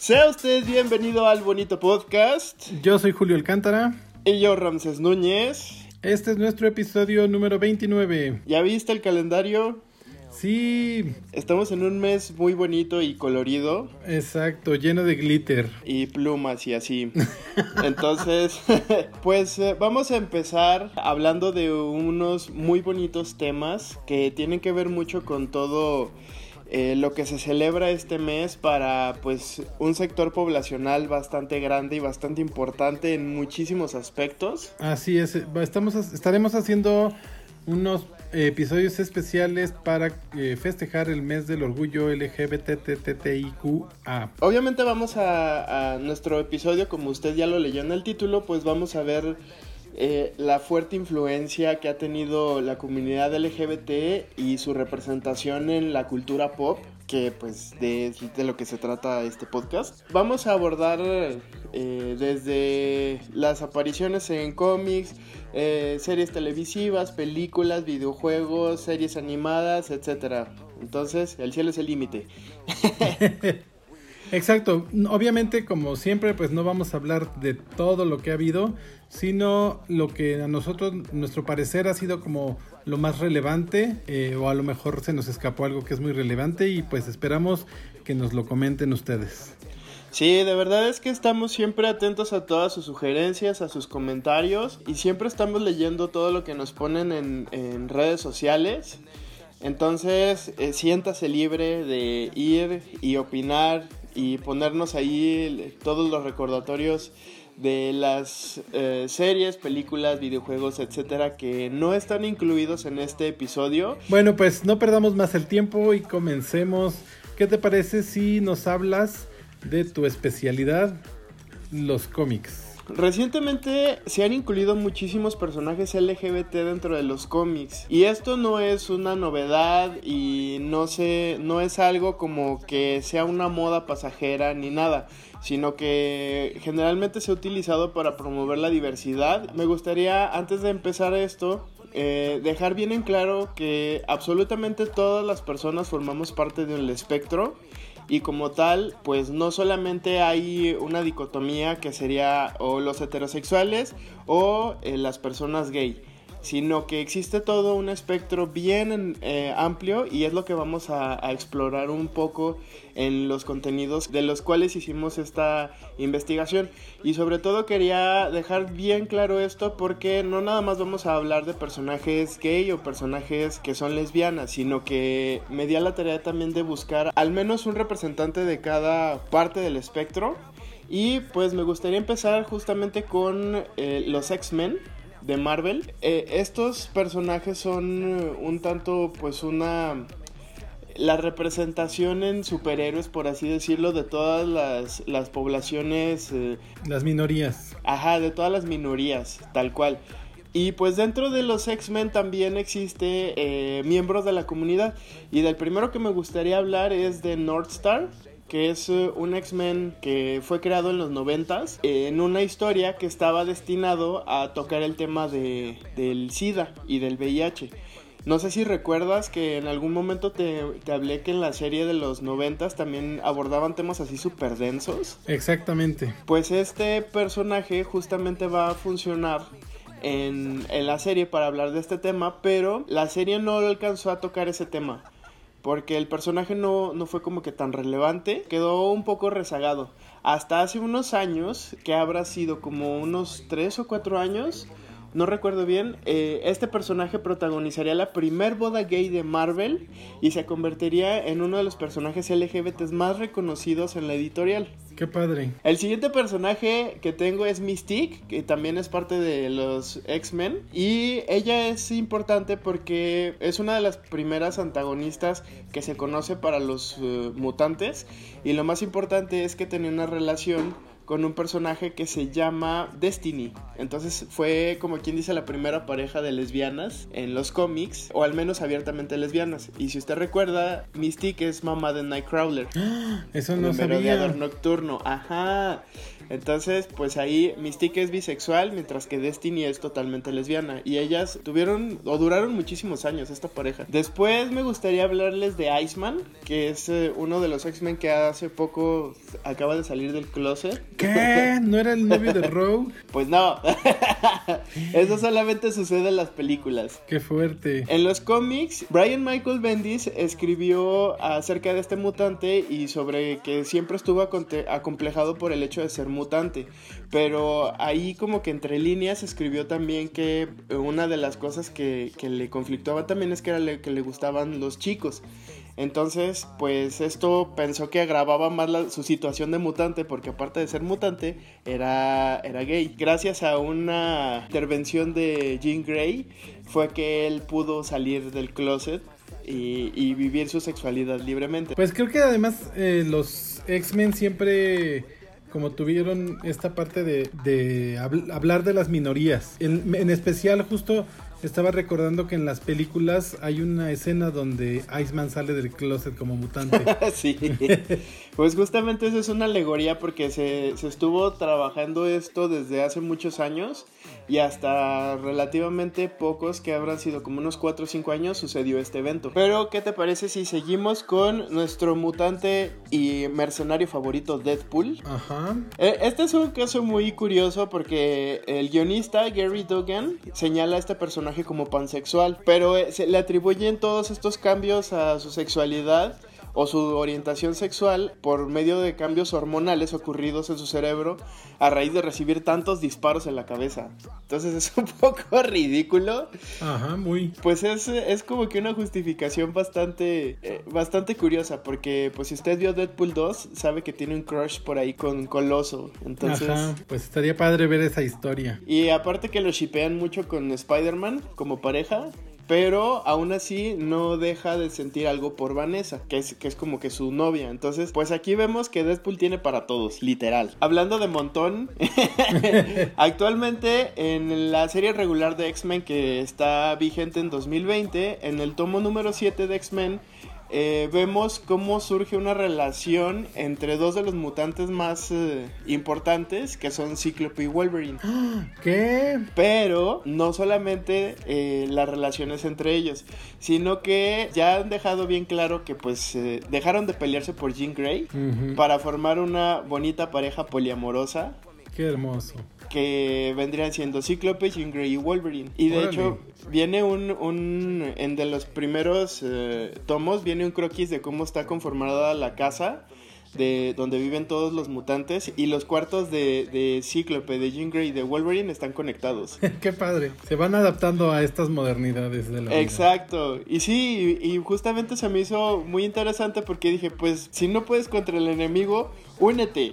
Sea usted bienvenido al bonito podcast. Yo soy Julio Alcántara. Y yo, Ramsés Núñez. Este es nuestro episodio número 29. ¿Ya viste el calendario? Sí. Estamos en un mes muy bonito y colorido. Exacto, lleno de glitter. Y plumas y así. Entonces, pues vamos a empezar hablando de unos muy bonitos temas que tienen que ver mucho con todo lo que se celebra este mes para pues un sector poblacional bastante grande y bastante importante en muchísimos aspectos. Así es, estaremos haciendo unos episodios especiales para festejar el mes del orgullo LGBTTIQA. Obviamente vamos a nuestro episodio, como usted ya lo leyó en el título, pues vamos a ver la fuerte influencia que ha tenido la comunidad LGBT y su representación en la cultura pop, que pues de lo que se trata este podcast. Vamos a abordar desde las apariciones en cómics, series televisivas, películas, videojuegos, series animadas, etcétera. Entonces, el cielo es el límite. Exacto, obviamente como siempre pues no vamos a hablar de todo lo que ha habido, sino lo que a nosotros, nuestro parecer ha sido como lo más relevante, o a lo mejor se nos escapó algo que es muy relevante y pues esperamos que nos lo comenten ustedes. Sí, de verdad es que estamos siempre atentos a todas sus sugerencias, a sus comentarios y siempre estamos leyendo todo lo que nos ponen en redes sociales. Entonces, siéntase libre de ir y opinar y ponernos ahí todos los recordatorios de las series, películas, videojuegos, etcétera, que no están incluidos en este episodio. Bueno, pues no perdamos más el tiempo y comencemos. ¿Qué te parece si nos hablas de tu especialidad, los cómics? Recientemente se han incluido muchísimos personajes LGBT dentro de los cómics y esto no es una novedad y no es algo como que sea una moda pasajera ni nada, sino que generalmente se ha utilizado para promover la diversidad. Me gustaría, antes de empezar esto, dejar bien en claro que absolutamente todas las personas formamos parte del espectro. Y como tal, pues no solamente hay una dicotomía que sería o los heterosexuales o las personas gay, sino que existe todo un espectro bien amplio y es lo que vamos a explorar un poco en los contenidos de los cuales hicimos esta investigación. Y sobre todo quería dejar bien claro esto porque no nada más vamos a hablar de personajes gay o personajes que son lesbianas, sino que me di a la tarea también de buscar al menos un representante de cada parte del espectro. Y pues me gustaría empezar justamente con los X-Men de Marvel. Estos personajes son un tanto pues la representación en superhéroes, por así decirlo, de todas las poblaciones, las minorías. Ajá, de todas las minorías, tal cual. Y pues dentro de los X-Men también existe miembros de la comunidad. Y del primero que me gustaría hablar es de Northstar, que es un X-Men que fue creado en los 90s en una historia que estaba destinado a tocar el tema del SIDA y del VIH. No sé si recuerdas que en algún momento te hablé que en la serie de los 90s también abordaban temas así súper densos. Exactamente. Pues este personaje justamente va a funcionar en la serie para hablar de este tema, pero la serie no alcanzó a tocar ese tema porque el personaje no fue como que tan relevante, quedó un poco rezagado. Hasta hace unos años, que habrá sido como unos 3 o 4 años, no recuerdo bien, este personaje protagonizaría la primer boda gay de Marvel y se convertiría en uno de los personajes LGBT más reconocidos en la editorial. ¡Qué padre! El siguiente personaje que tengo es Mystique, que también es parte de los X-Men. Y ella es importante porque es una de las primeras antagonistas que se conoce para los mutantes. Y lo más importante es que tenía una relación con un personaje que se llama Destiny. Entonces fue como quien dice la primera pareja de lesbianas en los cómics, o al menos abiertamente lesbianas. Y si usted recuerda, Mystique es mamá de Nightcrawler. Eso no el sabía. merodeador nocturno. Ajá. Entonces, pues ahí Mystique es bisexual, mientras que Destiny es totalmente lesbiana. Y ellas duraron muchísimos años, esta pareja. Después me gustaría hablarles de Iceman, que es uno de los X-Men que hace poco acaba de salir del closet. ¿Qué? ¿No era el novio de Rogue? Pues no. Eso solamente sucede en las películas. Qué fuerte. En los cómics, Brian Michael Bendis escribió acerca de este mutante y sobre que siempre estuvo acomplejado por el hecho de ser mutante. Pero ahí como que entre líneas escribió también que una de las cosas que le conflictuaba también es que era que le gustaban los chicos. Entonces, pues esto pensó que agravaba más su situación de mutante, porque aparte de ser mutante, era gay. Gracias a una intervención de Jean Grey, fue que él pudo salir del closet y vivir su sexualidad libremente. Pues creo que además los X-Men siempre como tuvieron esta parte de hablar de las minorías. En especial justo estaba recordando que en las películas hay una escena donde Iceman sale del closet como mutante. Sí, pues justamente eso es una alegoría porque se estuvo trabajando esto desde hace muchos años y hasta relativamente pocos, que habrán sido como unos 4 o 5 años, sucedió este evento. Pero, ¿qué te parece si seguimos con nuestro mutante y mercenario favorito, Deadpool? Ajá. Este es un caso muy curioso porque el guionista Gary Duggan señala a este personaje como pansexual, pero se le atribuyen todos estos cambios a su sexualidad o su orientación sexual por medio de cambios hormonales ocurridos en su cerebro a raíz de recibir tantos disparos en la cabeza. Entonces es un poco ridículo. Ajá, muy. Pues es como que una justificación bastante curiosa, porque pues si usted vio Deadpool 2, sabe que tiene un crush por ahí con Coloso. Entonces, ajá, pues estaría padre ver esa historia. Y aparte que lo shippean mucho con Spider-Man como pareja, pero aún así no deja de sentir algo por Vanessa, que es como que su novia. Entonces, pues aquí vemos que Deadpool tiene para todos, literal. Hablando de montón, actualmente en la serie regular de X-Men que está vigente en 2020, en el tomo número 7 de X-Men, vemos cómo surge una relación entre dos de los mutantes más importantes, que son Cíclope y Wolverine. ¿Qué? Pero no solamente las relaciones entre ellos, sino que ya han dejado bien claro que pues dejaron de pelearse por Jean Grey para formar una bonita pareja poliamorosa. Qué hermoso. Que vendrían siendo Cíclope, Jean Grey y Wolverine. Y de hecho viene en de los primeros tomos, viene un croquis de cómo está conformada la casa de donde viven todos los mutantes, y los cuartos de Cíclope, de Jean Grey y de Wolverine están conectados. Qué padre. Se van adaptando a estas modernidades de la vida. Exacto. Y sí, y justamente se me hizo muy interesante porque dije, pues si no puedes contra el enemigo, únete.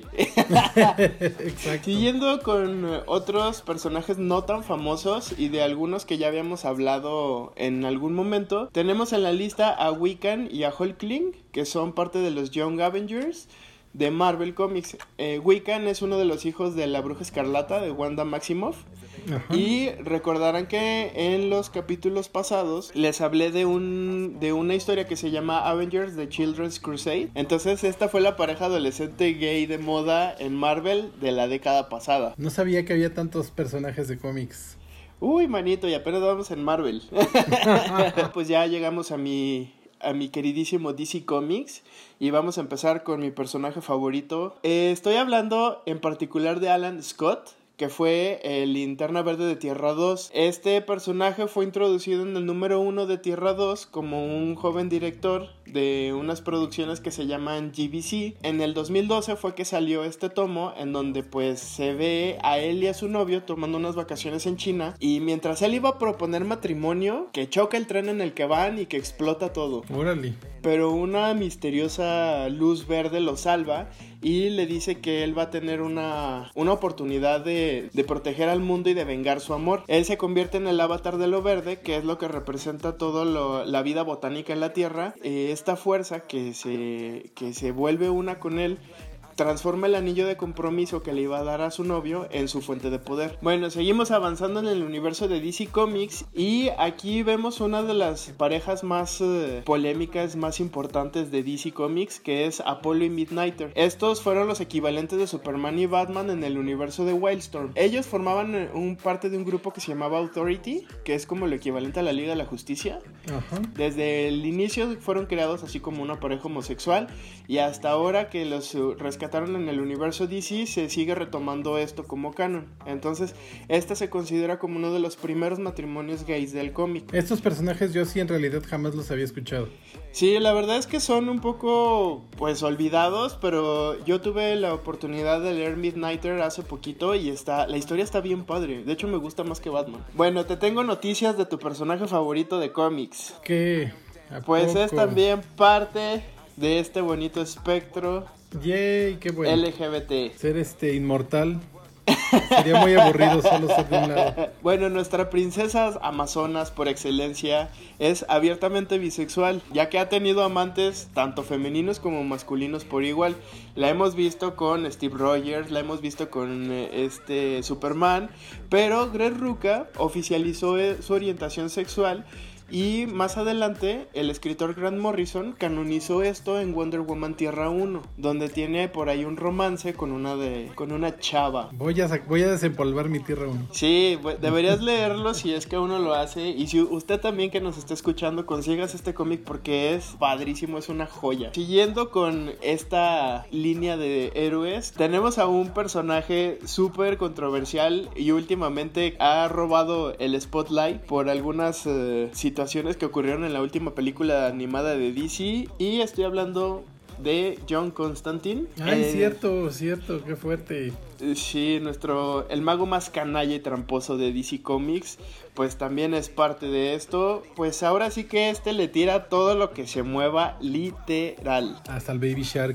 Exacto. Siguiendo con otros personajes no tan famosos y de algunos que ya habíamos hablado en algún momento, tenemos en la lista a Wiccan y a Hulkling, que son parte de los Young Avengers de Marvel Comics. Wiccan es uno de los hijos de la Bruja Escarlata, de Wanda Maximoff. Ajá. Y recordarán que en los capítulos pasados les hablé de una historia que se llama Avengers The Children's Crusade. Entonces esta fue la pareja adolescente gay de moda en Marvel de la década pasada. No sabía que había tantos personajes de cómics. Uy, manito, y apenas vamos en Marvel. Pues ya llegamos a mi queridísimo DC Comics y vamos a empezar con mi personaje favorito. Estoy hablando en particular de Alan Scott, que fue el Linterna Verde de Tierra 2. Este personaje fue introducido en el número 1 de Tierra 2 como un joven director de unas producciones que se llaman GBC. En el 2012 fue que salió este tomo en donde pues se ve a él y a su novio tomando unas vacaciones en China, y mientras él iba a proponer matrimonio, que choca el tren en el que van y que explota todo. Órale. Pero una misteriosa luz verde lo salva y le dice que él va a tener una oportunidad de proteger al mundo y de vengar su amor. Él se convierte en el avatar de lo verde, que es lo que representa toda la vida botánica en la Tierra. Esta fuerza que se vuelve una con él transforma el anillo de compromiso que le iba a dar a su novio en su fuente de poder. Bueno, seguimos avanzando en el universo de DC Comics y aquí vemos una de las parejas más polémicas, más importantes de DC Comics, que es Apollo y Midnighter. Estos fueron los equivalentes de Superman y Batman en el universo de Wildstorm. Ellos formaban parte de un grupo que se llamaba Authority, que es como el equivalente a la Liga de la Justicia. Ajá. Desde el inicio fueron creados así como una pareja homosexual y hasta ahora que los rescataron en el universo DC se sigue retomando esto como canon. Entonces esta se considera como uno de los primeros matrimonios gays del cómic. Estos personajes yo sí en realidad jamás los había escuchado. Sí, la verdad es que son un poco pues olvidados, pero yo tuve la oportunidad de leer Midnighter hace poquito y la historia está bien padre. De hecho me gusta más que Batman. Bueno, te tengo noticias de tu personaje favorito de cómics. ¿Qué? Pues es también parte de este bonito espectro. Yay, qué bueno. LGBT. Ser inmortal. Sería muy aburrido solo ser de un lado. Bueno, nuestra princesa amazonas por excelencia es abiertamente bisexual, ya que ha tenido amantes tanto femeninos como masculinos por igual. La hemos visto con Steve Rogers, la hemos visto con Superman, pero Greg Rucka oficializó su orientación sexual. Y más adelante, el escritor Grant Morrison canonizó esto en Wonder Woman Tierra 1, donde tiene por ahí un romance con una chava. Voy a desempolvar mi Tierra 1. Sí, deberías leerlo si es que uno lo hace. Y si usted también que nos está escuchando, consigas este cómic porque es padrísimo, es una joya. Siguiendo con esta línea de héroes, tenemos a un personaje súper controversial y últimamente ha robado el spotlight por algunas situaciones que ocurrieron en la última película animada de DC y estoy hablando de John Constantine. Ay, cierto, qué fuerte. Sí, el mago más canalla y tramposo de DC Comics, pues también es parte de esto. Pues ahora sí que le tira todo lo que se mueva, literal. Hasta el Baby Shark.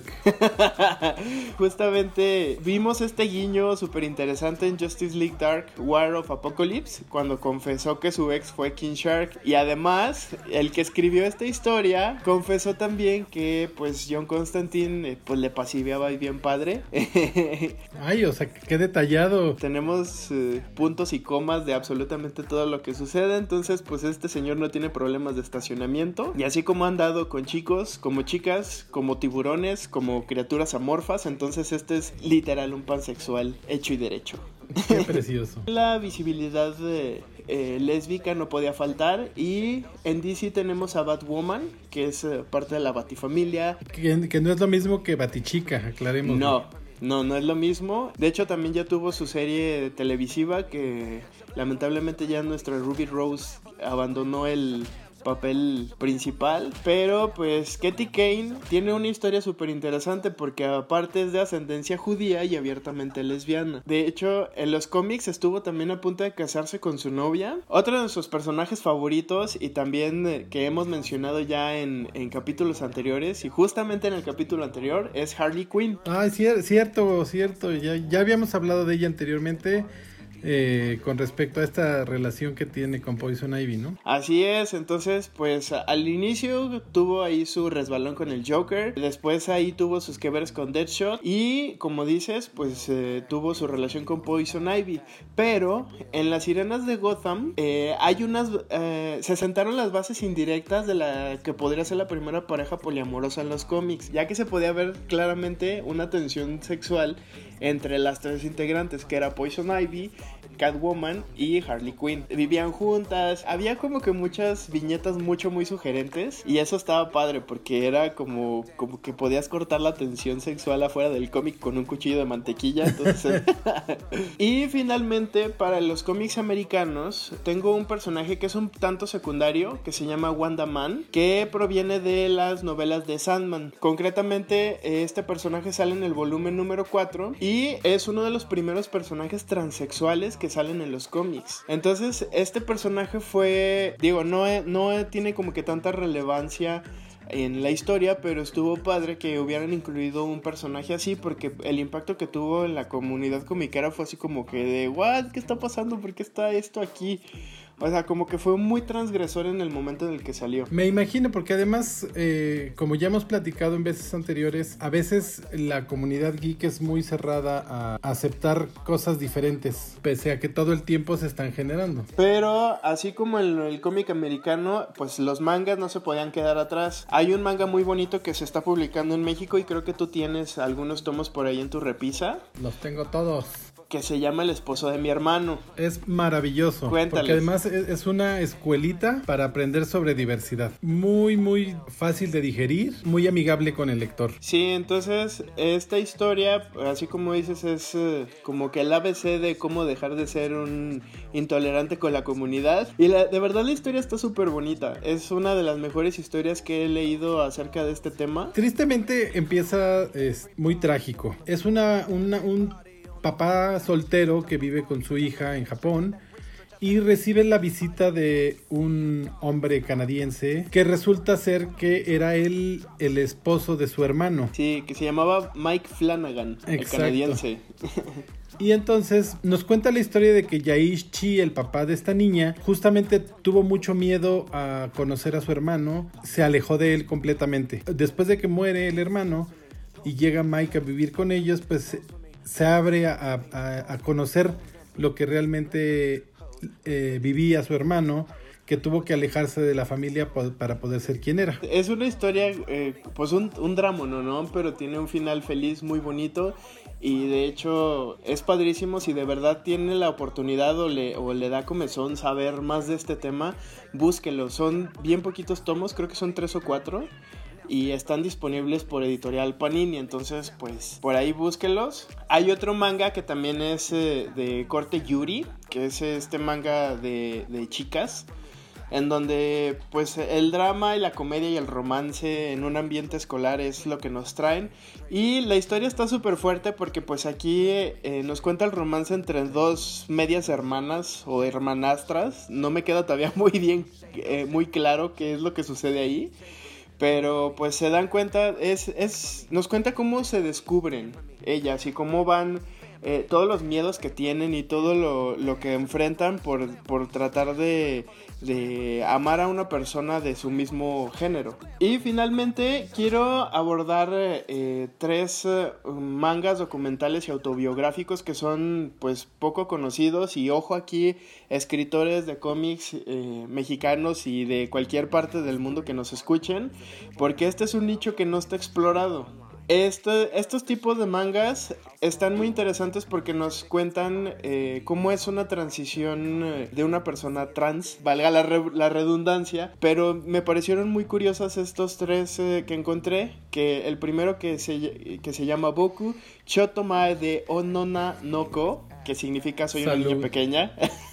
Justamente vimos este guiño súper interesante en Justice League Dark War of Apocalypse, cuando confesó que su ex fue King Shark. Y además, el que escribió esta historia confesó también que pues John Constantine pues le pasiveaba bien padre. Ay, o sea, qué detallado. Tenemos puntos y comas de absolutamente todo lo que sucede. Entonces pues este señor no tiene problemas de estacionamiento. Y así como han dado con chicos, como chicas, como tiburones, como criaturas amorfas, entonces este es literal un pansexual hecho y derecho. Qué precioso. La visibilidad lésbica no podía faltar. Y en DC tenemos a Batwoman, que es parte de la Batifamilia. Que no es lo mismo que Batichica, aclaremos. No es lo mismo. De hecho también ya tuvo su serie televisiva que lamentablemente ya nuestra Ruby Rose abandonó el papel principal, pero pues Katie Kane tiene una historia súper interesante porque aparte es de ascendencia judía y abiertamente lesbiana. De hecho, en los cómics estuvo también a punto de casarse con su novia. Otro de sus personajes favoritos y también que hemos mencionado ya en capítulos anteriores, y justamente en el capítulo anterior es Harley Quinn. Ah, cierto, ya habíamos hablado de ella anteriormente. Con respecto a esta relación que tiene con Poison Ivy, ¿no? Así es, entonces pues al inicio tuvo ahí su resbalón con el Joker, después ahí tuvo sus que veres con Deadshot y como dices pues tuvo su relación con Poison Ivy, pero en las Sirenas de Gotham hay se sentaron las bases indirectas de la que podría ser la primera pareja poliamorosa en los cómics, ya que se podía ver claramente una tensión sexual entre las tres integrantes, que era Poison Ivy, Catwoman y Harley Quinn. Vivían juntas, había como que muchas viñetas muy sugerentes y eso estaba padre porque era como que podías cortar la tensión sexual afuera del cómic con un cuchillo de mantequilla, entonces y finalmente para los cómics americanos tengo un personaje que es un tanto secundario que se llama Wanda Man, que proviene de las novelas de Sandman. Concretamente este personaje sale en el volumen número 4 y es uno de los primeros personajes transexuales que salen en los cómics. Entonces este personaje no tiene como que tanta relevancia en la historia, pero estuvo padre que hubieran incluido un personaje así porque el impacto que tuvo en la comunidad comiquera fue así como que de ¿what? ¿Qué está pasando? ¿Por qué está esto aquí? O sea, como que fue muy transgresor en el momento en el que salió. Me imagino, porque además, como ya hemos platicado en veces anteriores, a veces la comunidad geek es muy cerrada a aceptar cosas diferentes, pese a que todo el tiempo se están generando. Pero así como en el cómic americano, pues los mangas no se podían quedar atrás. Hay un manga muy bonito que se está publicando en México y creo que tú tienes algunos tomos por ahí en tu repisa. Los tengo todos. Que se llama El esposo de mi hermano. Es maravilloso. Cuéntales. Porque además es una escuelita para aprender sobre diversidad. Muy, muy fácil de digerir, muy amigable con el lector. Sí, entonces esta historia, así como dices, es como que el ABC de cómo dejar de ser un intolerante con la comunidad. Y de verdad la historia está súper bonita. Es una de las mejores historias que he leído acerca de este tema. Tristemente empieza muy trágico. Es un papá soltero que vive con su hija en Japón y recibe la visita de un hombre canadiense que resulta ser que era el esposo de su hermano. Sí, que se llamaba Mike Flanagan, el canadiense. Y entonces nos cuenta la historia de que Yaichi, el papá de esta niña, justamente tuvo mucho miedo a conocer a su hermano, se alejó de él completamente. Después de que muere el hermano y llega Mike a vivir con ellos, pues se abre a conocer lo que realmente vivía su hermano, que tuvo que alejarse de la familia para poder ser quien era. Es una historia, pues un drama, ¿no? Pero tiene un final feliz, muy bonito. Y de hecho es padrísimo. Si de verdad tiene la oportunidad o le da comezón saber más de este tema, búsquelo. Son bien poquitos tomos, creo que son 3 o 4. Y están disponibles por Editorial Panini, entonces pues por ahí búsquenlos. Hay otro manga que también es de corte Yuri, que es este manga de chicas, en donde pues el drama y la comedia y el romance en un ambiente escolar es lo que nos traen. Y la historia está súper fuerte porque pues aquí nos cuenta el romance entre dos medias hermanas o hermanastras. No me queda todavía muy bien, muy claro qué es lo que sucede ahí. Pero pues se dan cuenta, nos cuenta cómo se descubren ellas y cómo van todos los miedos que tienen y todo lo que enfrentan por tratar de amar a una persona de su mismo género. Y finalmente quiero abordar 3 mangas documentales y autobiográficos que son pues poco conocidos. Y ojo aquí, escritores de cómics mexicanos y de cualquier parte del mundo que nos escuchen, porque este es un nicho que no está explorado. Estos tipos de mangas están muy interesantes porque nos cuentan cómo es una transición de una persona trans, valga la redundancia, pero me parecieron muy curiosas estos 3 que encontré, que el primero que se llama Boku Chotomae de Onona Noko, que significa soy una niña pequeña.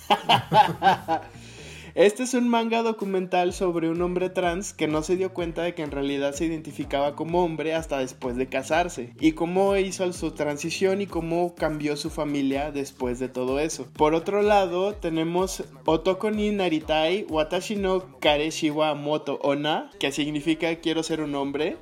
Este es un manga documental sobre un hombre trans que no se dio cuenta de que en realidad se identificaba como hombre hasta después de casarse, y cómo hizo su transición y cómo cambió su familia después de todo eso. Por otro lado, tenemos Otoko ni Naritai Watashi no Kareshiwa Moto Ona, que significa quiero ser un hombre,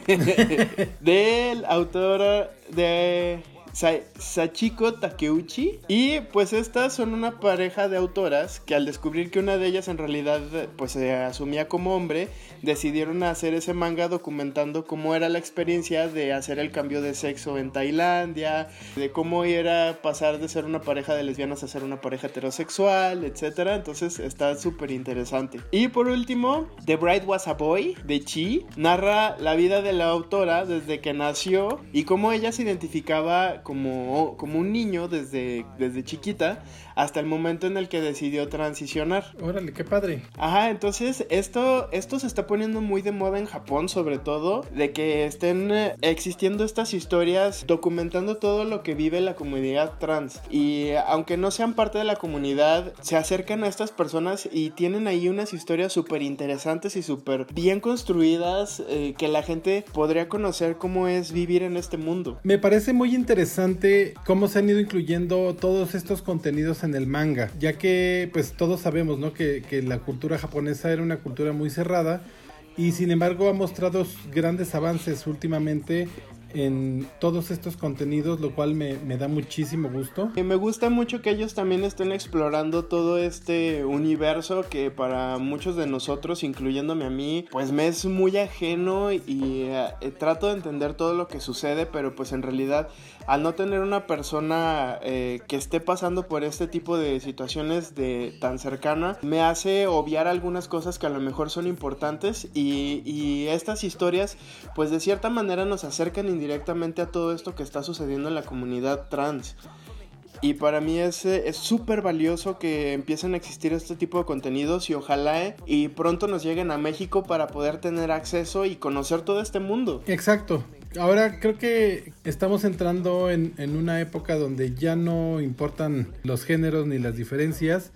del autor de Sachiko Takeuchi. Y pues estas son una pareja de autoras que al descubrir que una de ellas en realidad pues se asumía como hombre, decidieron hacer ese manga documentando cómo era la experiencia de hacer el cambio de sexo en Tailandia, de cómo era pasar de ser una pareja de lesbianas a ser una pareja heterosexual, etcétera. Entonces está súper interesante. Y por último, The Bride Was a Boy de Chi narra la vida de la autora desde que nació y cómo ella se identificaba como un niño desde chiquita hasta el momento en el que decidió transicionar. Órale, qué padre. Ajá, entonces esto se está poniendo muy de moda en Japón, sobre todo, de que estén existiendo estas historias documentando todo lo que vive la comunidad trans. Y aunque no sean parte de la comunidad, se acercan a estas personas y tienen ahí unas historias súper interesantes y súper bien construidas, que la gente podría conocer cómo es vivir en este mundo. Me parece muy interesante cómo se han ido incluyendo todos estos contenidos en el manga, ya que pues todos sabemos, ¿no? que la cultura japonesa era una cultura muy cerrada y sin embargo ha mostrado grandes avances últimamente en todos estos contenidos, lo cual me da muchísimo gusto. Y me gusta mucho que ellos también estén explorando todo este universo que para muchos de nosotros, incluyéndome a mí, pues me es muy ajeno y trato de entender todo lo que sucede, pero pues en realidad al no tener una persona que esté pasando por este tipo de situaciones tan cercana, me hace obviar algunas cosas que a lo mejor son importantes y estas historias pues de cierta manera nos acercan indirectamente a todo esto que está sucediendo en la comunidad trans. Y para mí es súper valioso que empiecen a existir este tipo de contenidos y ojalá y pronto nos lleguen a México para poder tener acceso y conocer todo este mundo. Exacto. Ahora creo que estamos entrando en una época donde ya no importan los géneros ni las diferencias,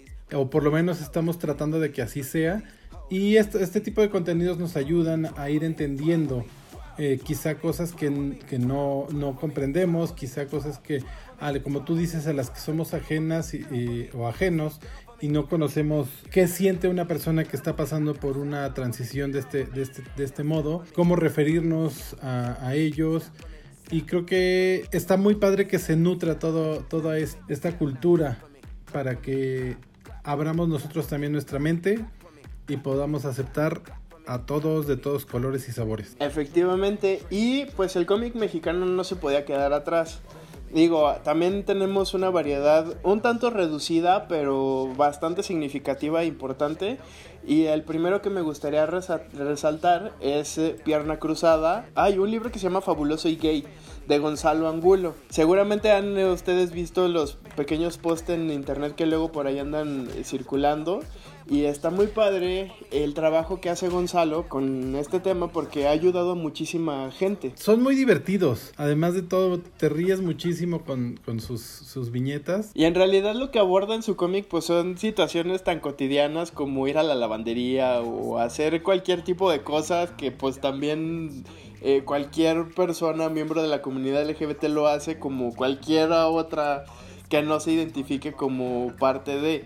o por lo menos estamos tratando de que así sea, y este tipo de contenidos nos ayudan a ir entendiendo quizá cosas que no comprendemos, quizá cosas que, como tú dices, a las que somos ajenas o ajenos, y no conocemos qué siente una persona que está pasando por una transición de este modo, cómo referirnos a ellos. Y creo que está muy padre que se nutra toda esta cultura para que abramos nosotros también nuestra mente y podamos aceptar a todos de todos colores y sabores. Efectivamente, y pues el cómic mexicano no se podía quedar atrás. Digo, también tenemos una variedad un tanto reducida, pero bastante significativa e importante. Y el primero que me gustaría resaltar es Pierna Cruzada. Hay un libro que se llama Fabuloso y Gay, de Gonzalo Angulo. Seguramente han ustedes visto los pequeños posts en internet que luego por ahí andan circulando. Y está muy padre el trabajo que hace Gonzalo con este tema porque ha ayudado a muchísima gente. Son muy divertidos. Además de todo, te ríes muchísimo con sus viñetas. Y en realidad lo que aborda en su cómic pues son situaciones tan cotidianas como ir a la lavandería o hacer cualquier tipo de cosas que pues también cualquier persona, miembro de la comunidad LGBT lo hace, como cualquier otra que no se identifique como parte de...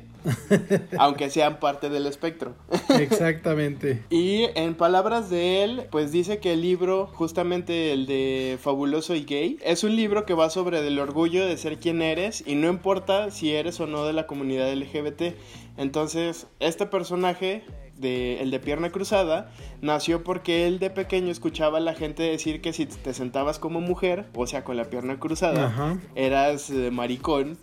aunque sean parte del espectro. Exactamente. Y en palabras de él, pues dice que el libro, justamente el de Fabuloso y Gay, es un libro que va sobre el orgullo de ser quien eres y no importa si eres o no de la comunidad LGBT. Entonces, este personaje, el de Pierna Cruzada, nació porque él de pequeño escuchaba a la gente decir que si te sentabas como mujer, o sea, con la pierna cruzada, ajá, eras maricón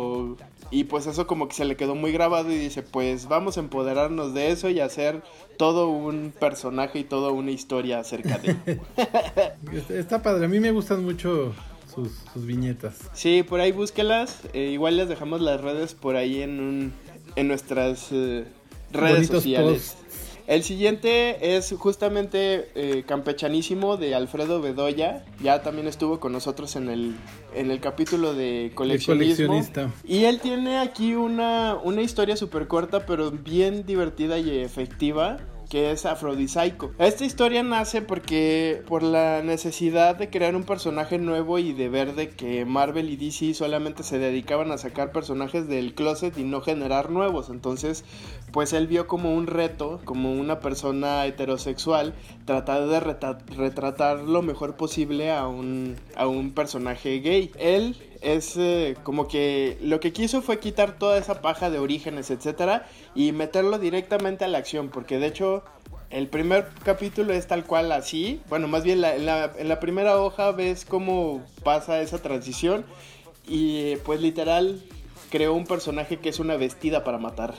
y pues eso como que se le quedó muy grabado y dice, pues vamos a empoderarnos de eso y hacer todo un personaje y toda una historia acerca de él. Está padre, a mí me gustan mucho sus viñetas. Sí, por ahí búsquelas, igual les dejamos las redes por ahí en nuestras redes bonitos sociales. Posts. El siguiente es justamente Campechanísimo de Alfredo Bedoya. Ya también estuvo con nosotros en el capítulo de coleccionismo. Y él tiene aquí una historia súper corta, pero bien divertida y efectiva, que es Afrodisaico. Esta historia nace por la necesidad de crear un personaje nuevo y de ver de que Marvel y DC solamente se dedicaban a sacar personajes del closet y no generar nuevos. Entonces, pues él vio como un reto, como una persona heterosexual, tratar de retratar lo mejor posible a un personaje gay. Él es como que lo que quiso fue quitar toda esa paja de orígenes, etcétera, y meterlo directamente a la acción, porque de hecho el primer capítulo es tal cual así. Bueno, más bien en la primera hoja ves cómo pasa esa transición y pues literal creó un personaje que es una vestida para matar.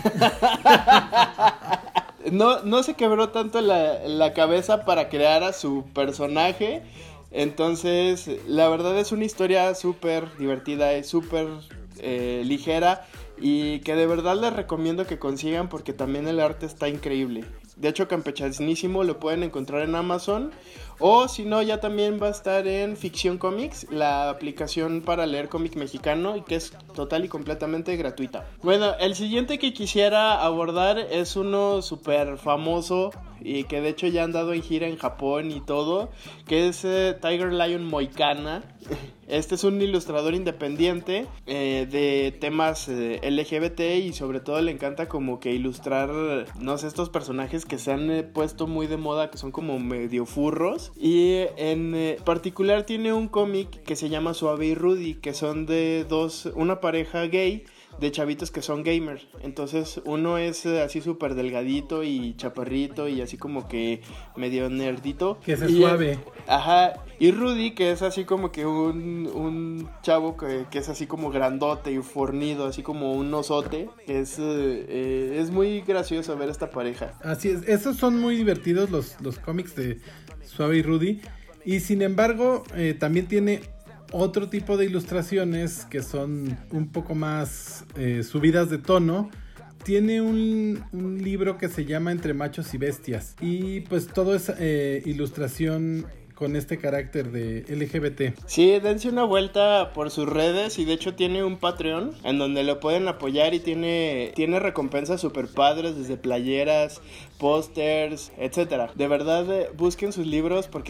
No se quebró tanto la cabeza para crear a su personaje. Entonces, la verdad es una historia súper divertida, es súper ligera y que de verdad les recomiendo que consigan porque también el arte está increíble. De hecho, Campechanísimo lo pueden encontrar en Amazon o si no, ya también va a estar en Ficción Comics, la aplicación para leer cómic mexicano y que es total y completamente gratuita. Bueno, el siguiente que quisiera abordar es uno súper famoso y que de hecho ya han dado en gira en Japón y todo, que es Tiger Lion Moicana. Este es un ilustrador independiente de temas LGBT y sobre todo le encanta como que ilustrar, no sé, estos personajes que se han puesto muy de moda, que son como medio furros. todos. Y en particular tiene un cómic que se llama Suave y Rudy, que son de una pareja gay de chavitos que son gamers. Entonces uno es así súper delgadito y chaparrito y así como que medio nerdito. Que es suave. Ajá. Y Rudy, que es así como que un chavo que es así como grandote y fornido, así como un osote. Es muy gracioso ver esta pareja. Así es, esos son muy divertidos los cómics de Suave y Rudy. Y sin embargo, también tiene otro tipo de ilustraciones que son un poco más subidas de tono. Tiene un libro que se llama Entre Machos y Bestias. Y pues todo es ilustración con este carácter de LGBT. Sí, dense una vuelta por sus redes y de hecho tiene un Patreon en donde lo pueden apoyar y tiene recompensas super padres desde playeras, pósters, etcétera. De verdad busquen sus libros porque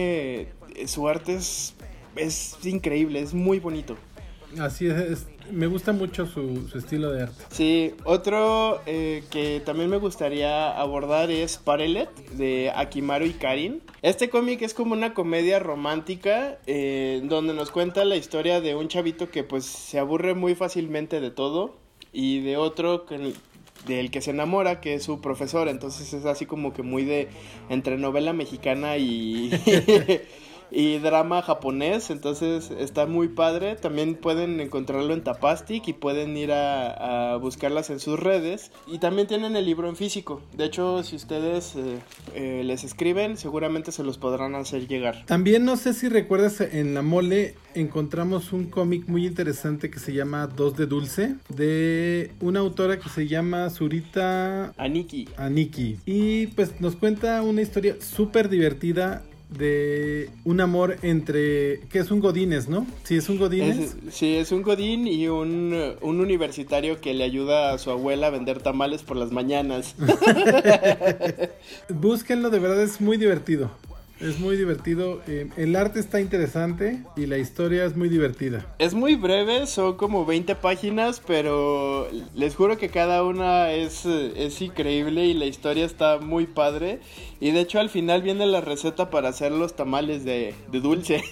su arte es increíble, es muy bonito. Así es, me gusta mucho su estilo de arte. Sí, otro que también me gustaría abordar es Parelet, de Akimaru y Karin. Este cómic es como una comedia romántica donde nos cuenta la historia de un chavito que pues se aburre muy fácilmente de todo y de otro del que se enamora, que es su profesor. Entonces es así como que muy de entre novela mexicana y y drama japonés, entonces está muy padre. También pueden encontrarlo en Tapastic y pueden ir a buscarlas en sus redes. Y también tienen el libro en físico. De hecho, si ustedes les escriben, seguramente se los podrán hacer llegar. También no sé si recuerdas, en La Mole encontramos un cómic muy interesante que se llama Dos de Dulce, de una autora que se llama Zurita Aniki. Y pues nos cuenta una historia súper divertida de un amor entre, que es un godínez, ¿no? Sí, es un godínez. Sí, es un godín y un universitario que le ayuda a su abuela a vender tamales por las mañanas. Búsquenlo, de verdad es muy divertido. Es muy divertido, el arte está interesante y la historia es muy divertida. Es muy breve, son como 20 páginas, pero les juro que cada una es increíble y la historia está muy padre. Y de hecho al final viene la receta para hacer los tamales de dulce.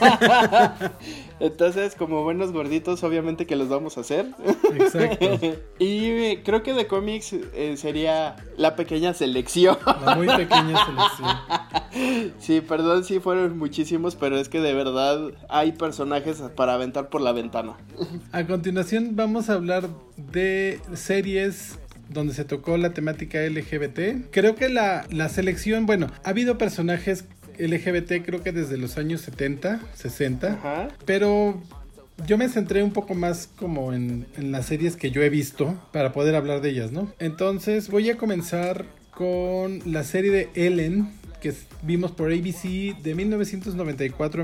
Entonces, como buenos gorditos, obviamente que los vamos a hacer. Exacto. Y creo que de cómics sería la pequeña selección. La muy pequeña selección. Sí, perdón si fueron muchísimos, pero es que de verdad hay personajes para aventar por la ventana. A continuación vamos a hablar de series donde se tocó la temática LGBT. Creo que la selección, bueno, ha habido personajes LGBT creo que desde los años 70, 60, Ajá. Pero yo me centré un poco más como en las series que yo he visto para poder hablar de ellas, ¿no? Entonces voy a comenzar con la serie de Ellen, que vimos por ABC de 1994 a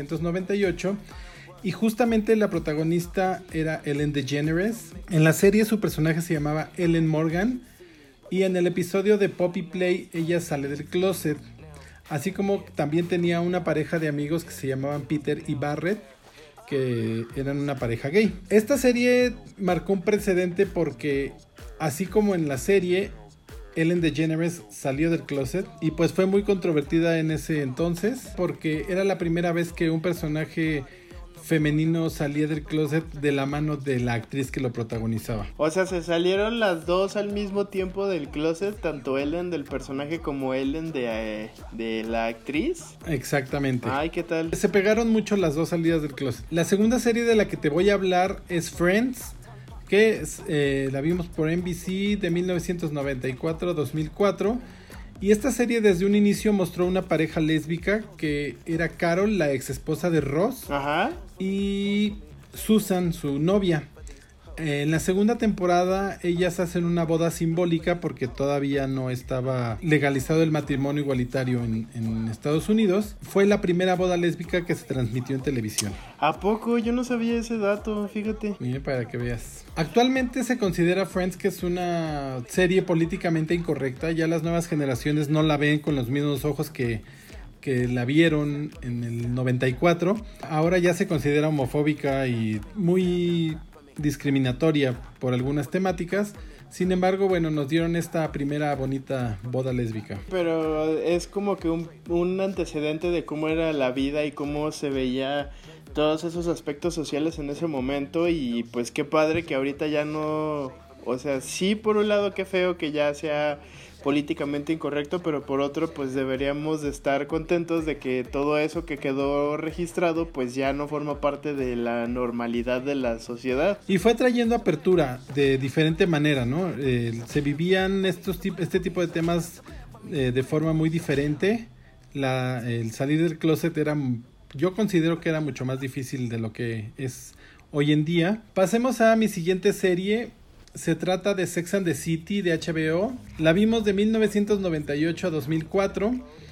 1998. Y justamente la protagonista era Ellen DeGeneres. En la serie su personaje se llamaba Ellen Morgan. Y en el episodio de Poppy Play ella sale del closet. Así como también tenía una pareja de amigos que se llamaban Peter y Barrett, que eran una pareja gay. Esta serie marcó un precedente porque así como en la serie Ellen DeGeneres salió del closet y pues fue muy controvertida en ese entonces porque era la primera vez que un personaje femenino salía del closet de la mano de la actriz que lo protagonizaba. O sea, se salieron las dos al mismo tiempo del closet, tanto Ellen del personaje como Ellen de la actriz. Exactamente. Ay, ¿qué tal? Se pegaron mucho las dos salidas del closet. La segunda serie de la que te voy a hablar es Friends, que la vimos por NBC de 1994 a 2004. Y esta serie desde un inicio mostró una pareja lésbica que era Carol, la ex esposa de Ross. Ajá. Y Susan, su novia. En la segunda temporada ellas hacen una boda simbólica porque todavía no estaba legalizado el matrimonio igualitario en Estados Unidos. Fue la primera boda lésbica que se transmitió en televisión. ¿A poco? Yo no sabía ese dato, fíjate. Mira, para que veas. Actualmente se considera Friends que es una serie políticamente incorrecta. Ya las nuevas generaciones no la ven con los mismos ojos que la vieron en el 94. Ahora ya se considera homofóbica y muy discriminatoria por algunas temáticas, Sin embargo, bueno, nos dieron esta primera bonita boda lésbica. Pero es como que un antecedente de cómo era la vida y cómo se veía todos esos aspectos sociales en ese momento. Y pues qué padre que ahorita ya no... O sea, sí, por un lado qué feo que ya sea políticamente incorrecto, pero por otro pues deberíamos de estar contentos de que todo eso que quedó registrado pues ya no forma parte de la normalidad de la sociedad. Y fue trayendo apertura de diferente manera, ¿no? Se vivían este tipo de temas de forma muy diferente. El salir del closet yo considero que era mucho más difícil de lo que es hoy en día. Pasemos a mi siguiente serie. Se trata de Sex and the City de HBO. La vimos de 1998 a 2004.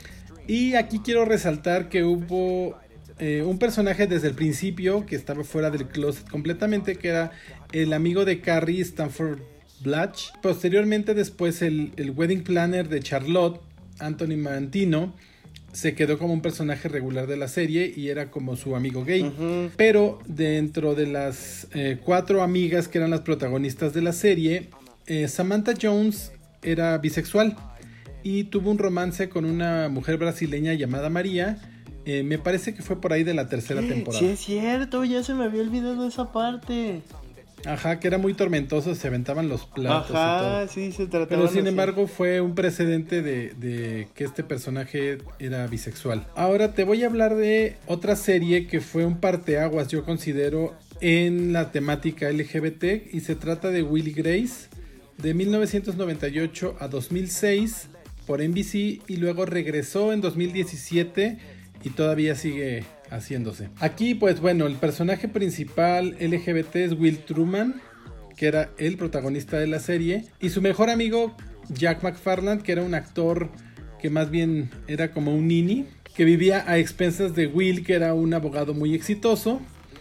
Y aquí quiero resaltar que hubo un personaje desde el principio que estaba fuera del closet completamente, que era el amigo de Carrie, Stanford Blatch. Posteriormente, después, el wedding planner de Charlotte, Anthony Marantino, se quedó como un personaje regular de la serie y era como su amigo gay. Uh-huh. Pero dentro de las 4 amigas que eran las protagonistas de la serie, Samantha Jones era bisexual y tuvo un romance con una mujer brasileña llamada María. Me parece que fue por ahí de la 3ª temporada. Sí, es cierto, ya se me había olvidado esa parte. Ajá, que era muy tormentoso, se aventaban los platos. Ajá, y todo. Sí, se trataba. Pero sin embargo fue un precedente de que este personaje era bisexual. Ahora te voy a hablar de otra serie que fue un parteaguas, yo considero, en la temática LGBT, y se trata de Will y Grace, de 1998 a 2006 por NBC, y luego regresó en 2017 y todavía sigue haciéndose. Aquí pues bueno, el personaje principal LGBT es Will Truman, que era el protagonista de la serie, y su mejor amigo Jack McFarland, que era un actor que más bien era como un nini, que vivía a expensas de Will, que era un abogado muy exitoso.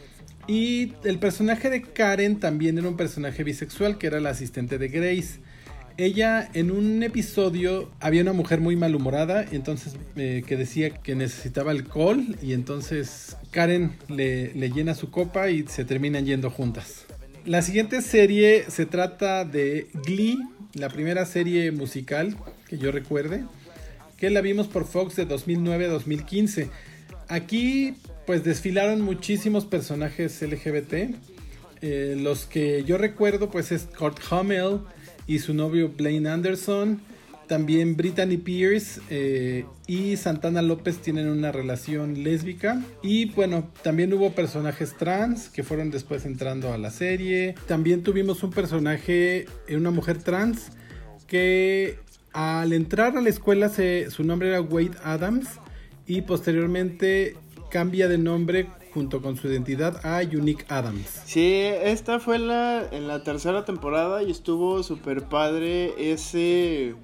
Y el personaje de Karen también era un personaje bisexual, que era la asistente de Grace. Ella, en un episodio, había una mujer muy malhumorada, entonces que decía que necesitaba alcohol, y entonces Karen le llena su copa y se terminan yendo juntas. La siguiente serie se trata de Glee, la primera serie musical que yo recuerde, que la vimos por Fox de 2009 a 2015. Aquí pues desfilaron muchísimos personajes LGBT. Los que yo recuerdo pues es Kurt Hummel y su novio Blaine Anderson. También Brittany Pierce y Santana López tienen una relación lésbica. Y bueno, también hubo personajes trans que fueron después entrando a la serie. También tuvimos un personaje, una mujer trans, que al entrar a la escuela su nombre era Wade Adams, y posteriormente cambia de nombre junto con su identidad a Unique Adams. Sí, esta fue en la 3ª temporada y estuvo súper padre ese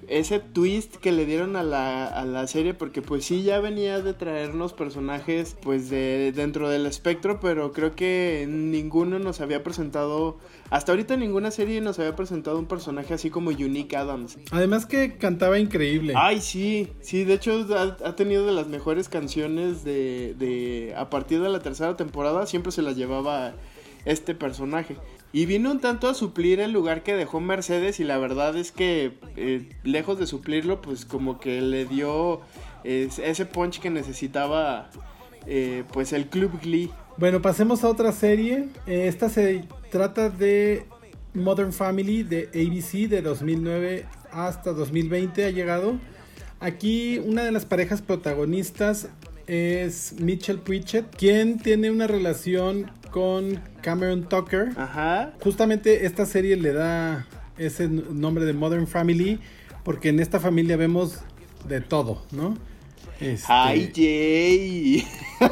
twist que le dieron a la serie, porque pues sí, ya venía de traernos personajes pues de dentro del espectro, pero creo que ninguno nos había presentado, hasta ahorita ninguna serie nos había presentado un personaje así como Unique Adams. Además que cantaba increíble. Ay, sí, de hecho ha tenido de las mejores canciones de a partir de la 3ª temporada, siempre se las llevaba este personaje. Y vino un tanto a suplir el lugar que dejó Mercedes, y la verdad es que lejos de suplirlo, pues como que le dio ese punch que necesitaba pues el Club Glee. Bueno, pasemos a otra serie. Esta se trata de Modern Family de ABC de 2009 hasta 2020 ha llegado. Aquí una de las parejas protagonistas es Mitchell Pritchett, quien tiene una relación con Cameron Tucker. Ajá. Justamente esta serie le da ese nombre de Modern Family porque en esta familia vemos de todo, ¿no? ¡Ay, Jay!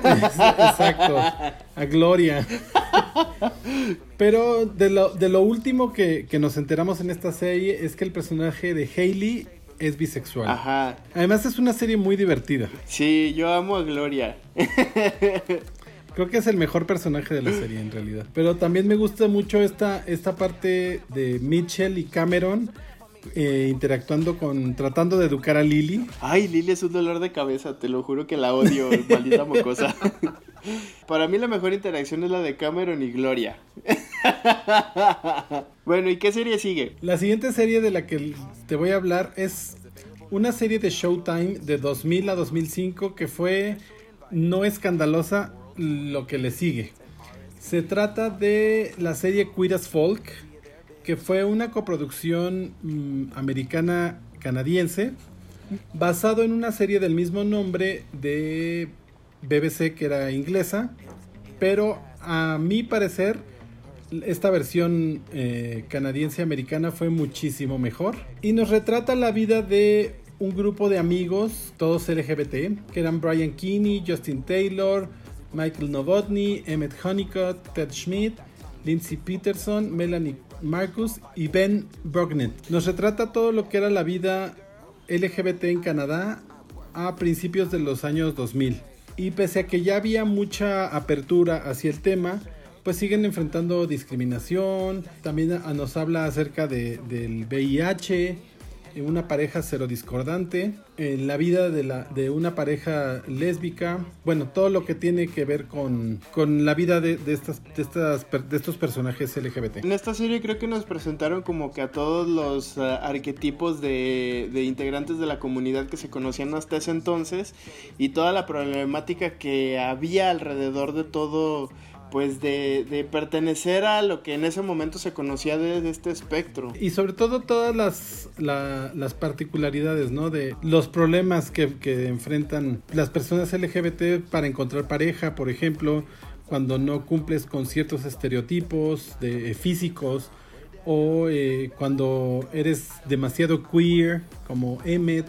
Exacto, a Gloria. Pero de lo último que nos enteramos en esta serie es que el personaje de Hailey es bisexual. Ajá. Además es una serie muy divertida. Sí, yo amo a Gloria. Creo que es el mejor personaje de la serie en realidad. Pero también me gusta mucho esta parte de Mitchell y Cameron interactuando tratando de educar a Lily. Ay, Lily es un dolor de cabeza, te lo juro que la odio, maldita mocosa. Para mí la mejor interacción es la de Cameron y Gloria. Bueno, ¿y qué serie sigue? La siguiente serie de la que te voy a hablar es una serie de Showtime de 2000 a 2005 que fue no escandalosa lo que le sigue. Se trata de la serie Queer as Folk, que fue una coproducción americana-canadiense basado en una serie del mismo nombre de BBC que era inglesa, pero a mi parecer esta versión canadiense-americana fue muchísimo mejor y nos retrata la vida de un grupo de amigos, todos LGBT, que eran Brian Keane, Justin Taylor, Michael Novotny, Emmett Honeycutt, Ted Schmidt, Lindsay Peterson, Melanie Marcus y Ben Brognet. Nos retrata todo lo que era la vida LGBT en Canadá a principios de los años 2000. Y pese a que ya había mucha apertura hacia el tema, pues siguen enfrentando discriminación. También nos habla acerca del VIH, una pareja serodiscordante, la vida de una pareja lésbica, bueno, todo lo que tiene que ver con la vida de estos personajes LGBT. En esta serie creo que nos presentaron como que a todos los arquetipos de integrantes de la comunidad que se conocían hasta ese entonces y toda la problemática que había alrededor de todo, pues de pertenecer a lo que en ese momento se conocía de este espectro. Y sobre todo todas las particularidades, ¿no? De los problemas que enfrentan las personas LGBT para encontrar pareja, por ejemplo, cuando no cumples con ciertos estereotipos físicos, o cuando eres demasiado queer, como Emmett.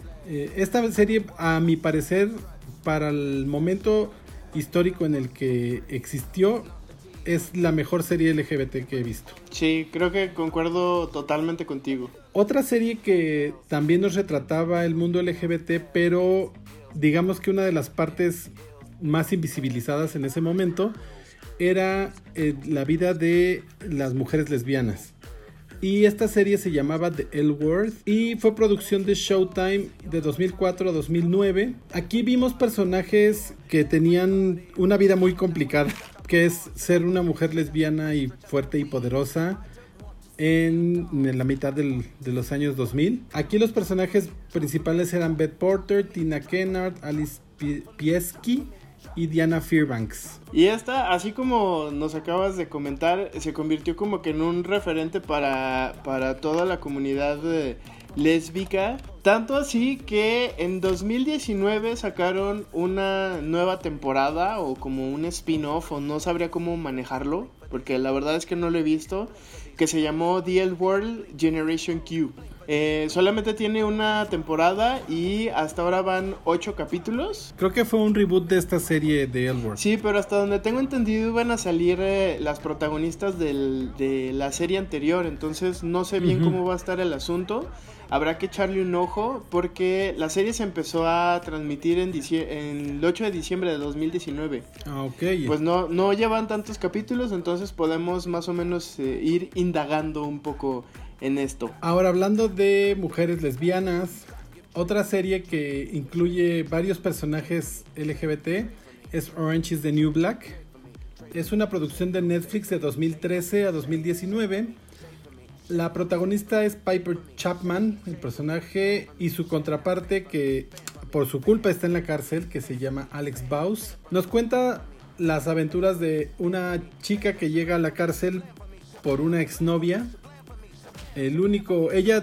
Esta serie, a mi parecer, para el momento histórico en el que existió, es la mejor serie LGBT que he visto. Sí, creo que concuerdo totalmente contigo. Otra serie que también nos retrataba el mundo LGBT, pero digamos que una de las partes más invisibilizadas en ese momento era la vida de las mujeres lesbianas. Y esta serie se llamaba The L Word y fue producción de Showtime de 2004 a 2009. Aquí vimos personajes que tenían una vida muy complicada, que es ser una mujer lesbiana y fuerte y poderosa en la mitad de los años 2000. Aquí los personajes principales eran Beth Porter, Tina Kennard, Alice Pieski y Diana Fairbanks. Y esta, así como nos acabas de comentar, se convirtió como que en un referente para toda la comunidad lésbica. Tanto así que en 2019 sacaron una nueva temporada o como un spin-off, o no sabría cómo manejarlo, porque la verdad es que no lo he visto, que se llamó The L World Generation Q. Solamente tiene una temporada y hasta ahora van 8 capítulos. Creo que fue un reboot de esta serie de L Word. Sí, pero hasta donde tengo entendido van a salir las protagonistas de la serie anterior. Entonces no sé bien cómo va a estar el asunto. Habrá que echarle un ojo porque la serie se empezó a transmitir en el 8 de diciembre de 2019. Ah, ok. Pues no llevan tantos capítulos, entonces podemos más o menos ir indagando un poco en esto. Ahora, hablando de mujeres lesbianas, otra serie que incluye varios personajes LGBT es Orange is the New Black. Es una producción de Netflix de 2013 a 2019. La protagonista es Piper Chapman, el personaje, y su contraparte, que por su culpa está en la cárcel, que se llama Alex Baus. Nos cuenta las aventuras de una chica que llega a la cárcel por una exnovia. Ella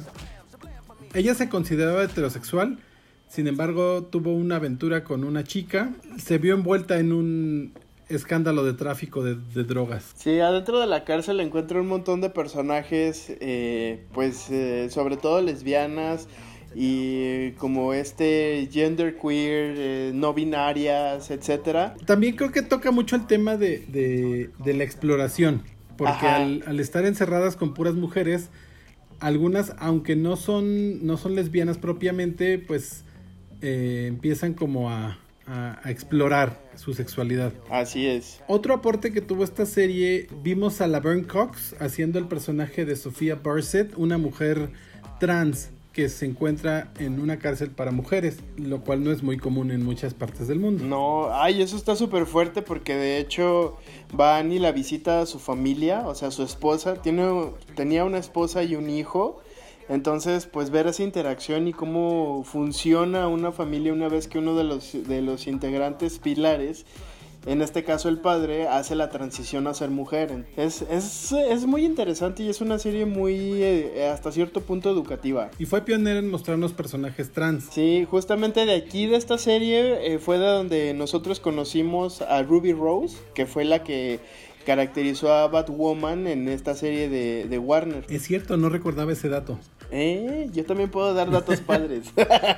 se consideraba heterosexual, sin embargo tuvo una aventura con una chica, se vio envuelta en un escándalo de tráfico de drogas. Sí, adentro de la cárcel encuentra un montón de personajes, sobre todo lesbianas y como genderqueer, no binarias, etcétera. También creo que toca mucho el tema de la exploración. Porque al estar encerradas con puras mujeres, algunas, aunque no son lesbianas propiamente, pues empiezan como a explorar su sexualidad. Así es. Otro aporte que tuvo esta serie, vimos a Laverne Cox haciendo el personaje de Sophia Barset, una mujer trans que se encuentra en una cárcel para mujeres, lo cual no es muy común en muchas partes del mundo. No, ay, eso está súper fuerte porque de hecho van y la visita a su familia, o sea, su esposa, tenía una esposa y un hijo, entonces pues ver esa interacción y cómo funciona una familia una vez que uno de los integrantes pilares, en este caso el padre, hace la transición a ser mujer. Es muy interesante y es una serie muy, hasta cierto punto, educativa. Y fue pionera en mostrarnos personajes trans. Sí, justamente de aquí, de esta serie, fue de donde nosotros conocimos a Ruby Rose, que fue la que caracterizó a Batwoman en esta serie de Warner. Es cierto, no recordaba ese dato. Yo también puedo dar datos padres.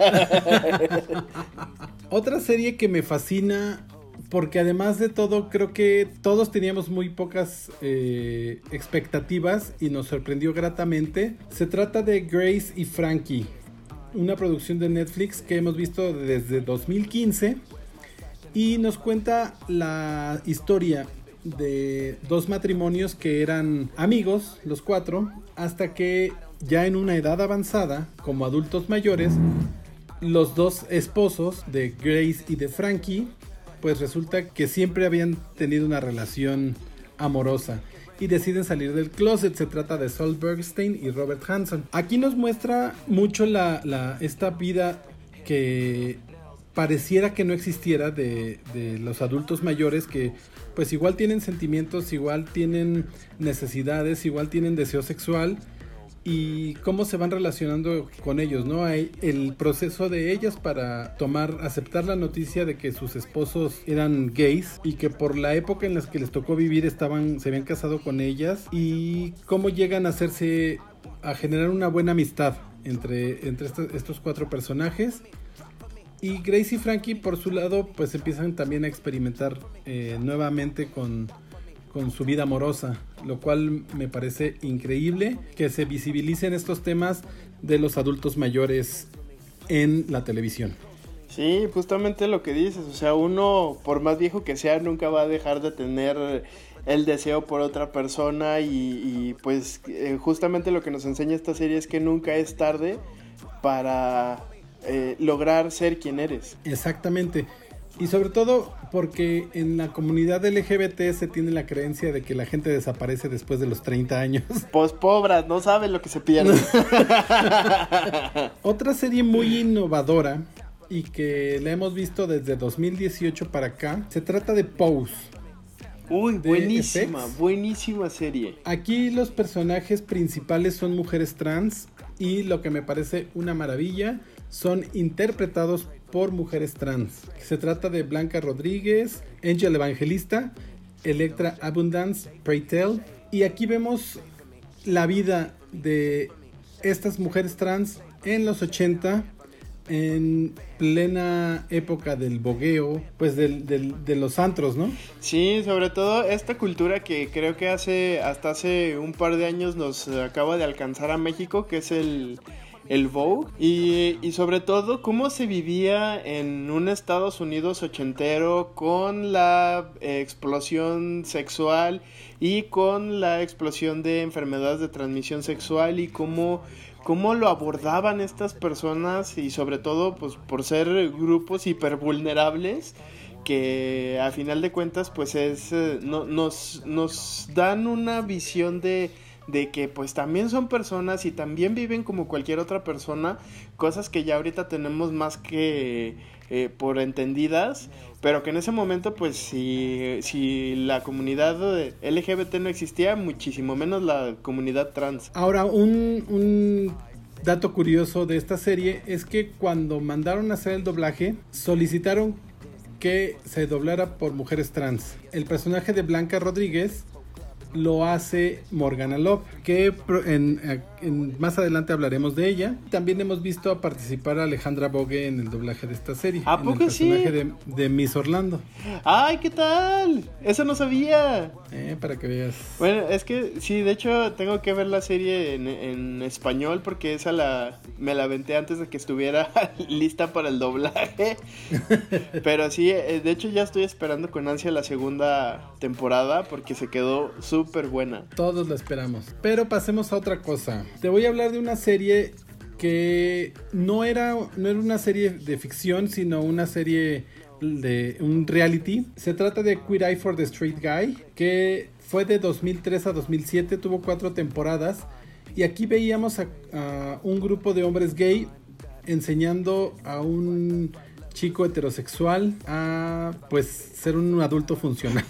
Otra serie que me fascina, porque además de todo creo que todos teníamos muy pocas expectativas y nos sorprendió gratamente. Se trata de Grace y Frankie, una producción de Netflix que hemos visto desde 2015 y nos cuenta la historia de dos matrimonios que eran amigos, los cuatro, hasta que ya en una edad avanzada, como adultos mayores, los dos esposos de Grace y de Frankie pues resulta que siempre habían tenido una relación amorosa y deciden salir del closet. Se trata de Saul Bergstein y Robert Hanson. Aquí nos muestra mucho esta vida que pareciera que no existiera de los adultos mayores, que pues igual tienen sentimientos, igual tienen necesidades, igual tienen deseo sexual, y cómo se van relacionando con ellos, ¿no? Hay el proceso de ellas para aceptar la noticia de que sus esposos eran gays y que por la época en la que les tocó vivir se habían casado con ellas, y cómo llegan a generar una buena amistad entre estos cuatro personajes. Y Grace y Frankie por su lado pues empiezan también a experimentar nuevamente con su vida amorosa, lo cual me parece increíble que se visibilicen estos temas de los adultos mayores en la televisión. Sí, justamente lo que dices, o sea, uno, por más viejo que sea, nunca va a dejar de tener el deseo por otra persona y pues justamente lo que nos enseña esta serie es que nunca es tarde para lograr ser quien eres. Exactamente. Y sobre todo porque en la comunidad LGBT se tiene la creencia de que la gente desaparece después de los 30 años. Pues pobres, no saben lo que se pierde. Otra serie muy innovadora y que la hemos visto desde 2018 para acá, se trata de Pose. Uy, buenísima serie. Aquí los personajes principales son mujeres trans y lo que me parece una maravilla, son interpretados por mujeres trans. Se trata de Blanca Rodríguez, Angel Evangelista, Electra Abundance, Pray Tell. Y aquí vemos la vida de estas mujeres trans en los 80, en plena época del bogueo, pues de los antros, ¿no? Sí, sobre todo esta cultura que creo que hasta hace un par de años nos acaba de alcanzar a México, que es el Vogue, y sobre todo cómo se vivía en un Estados Unidos ochentero con la explosión sexual y con la explosión de enfermedades de transmisión sexual, y cómo lo abordaban estas personas, y sobre todo pues por ser grupos hipervulnerables que a final de cuentas pues nos dan una visión de que pues también son personas y también viven como cualquier otra persona, cosas que ya ahorita tenemos más que por entendidas, pero que en ese momento pues si la comunidad LGBT no existía, muchísimo menos la comunidad trans. Ahora, un dato curioso de esta serie es que cuando mandaron a hacer el doblaje, solicitaron que se doblara por mujeres trans. El personaje de Blanca Rodríguez lo hace Morgana Love, que más adelante hablaremos de ella. También hemos visto participar a Alejandra Bogue en el doblaje de esta serie. ¿A poco sí? En el personaje de Miss Orlando. ¡Ay, qué tal! Eso no sabía. Para que veas. Bueno, es que sí, de hecho tengo que ver la serie en español, porque me la aventé antes de que estuviera lista para el doblaje. Pero sí, de hecho ya estoy esperando con ansia la segunda temporada, porque se quedó súper buena. Todos la esperamos. Pero pasemos a otra cosa. Te voy a hablar de una serie que no era una serie de ficción, sino una serie de un reality. Se trata de Queer Eye for the Straight Guy, que fue de 2003 a 2007, tuvo 4 temporadas, y aquí veíamos a un grupo de hombres gay enseñando a un chico heterosexual a pues ser un adulto funcional.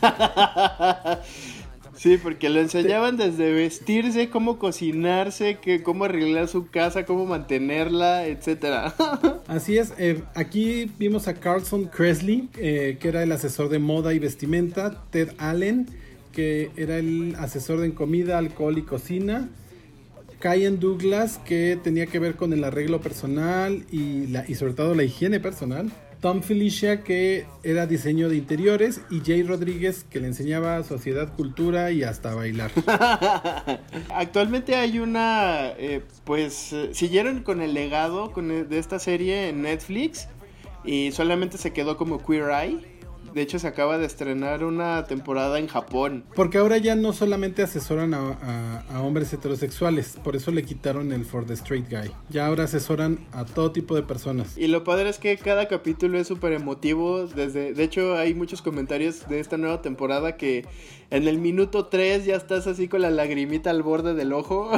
Sí, porque lo enseñaban desde vestirse, cómo cocinarse, cómo arreglar su casa, cómo mantenerla, etcétera. Así es, aquí vimos a Carlson Kresley, que era el asesor de moda y vestimenta, Ted Allen, que era el asesor en comida, alcohol y cocina, Kyan Douglas, que tenía que ver con el arreglo personal y sobre todo la higiene personal, Tom Felicia, que era diseño de interiores, y Jay Rodríguez, que le enseñaba sociedad, cultura y hasta bailar. Actualmente hay una, siguieron con el legado de esta serie en Netflix y solamente se quedó como Queer Eye. De hecho, se acaba de estrenar una temporada en Japón. Porque ahora ya no solamente asesoran a hombres heterosexuales, por eso le quitaron el For the Straight Guy. Ya ahora asesoran a todo tipo de personas. Y lo padre es que cada capítulo es súper emotivo. De hecho, hay muchos comentarios de esta nueva temporada que en el minuto 3 ya estás así con la lagrimita al borde del ojo.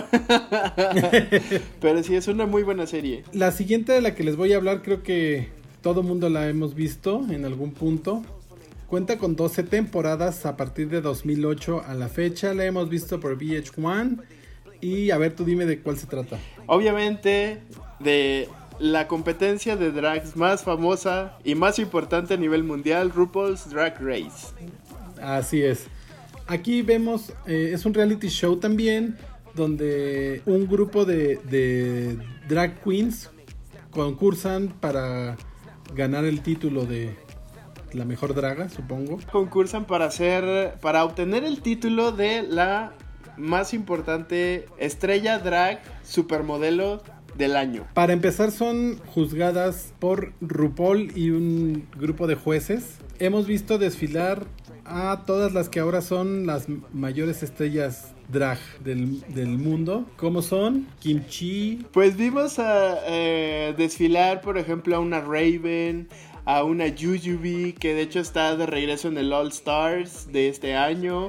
Pero sí, es una muy buena serie. La siguiente de la que les voy a hablar, creo que todo mundo la hemos visto en algún punto. Cuenta con 12 temporadas a partir de 2008 a la fecha. La hemos visto por VH1. Y a ver, tú dime de cuál se trata. Obviamente de la competencia de drags más famosa y más importante a nivel mundial, RuPaul's Drag Race. Así es. Aquí vemos, es un reality show también, donde un grupo de drag queens concursan para ganar el título de la mejor draga, supongo. Concursan para obtener el título de la más importante estrella drag supermodelo del año. Para empezar, son juzgadas por RuPaul y un grupo de jueces. Hemos visto desfilar a todas las que ahora son las mayores estrellas drag del mundo, como son Kim Chi. Pues vimos a desfilar, por ejemplo, a una Raven, a una Jujubee, que de hecho está de regreso en el All Stars de este año.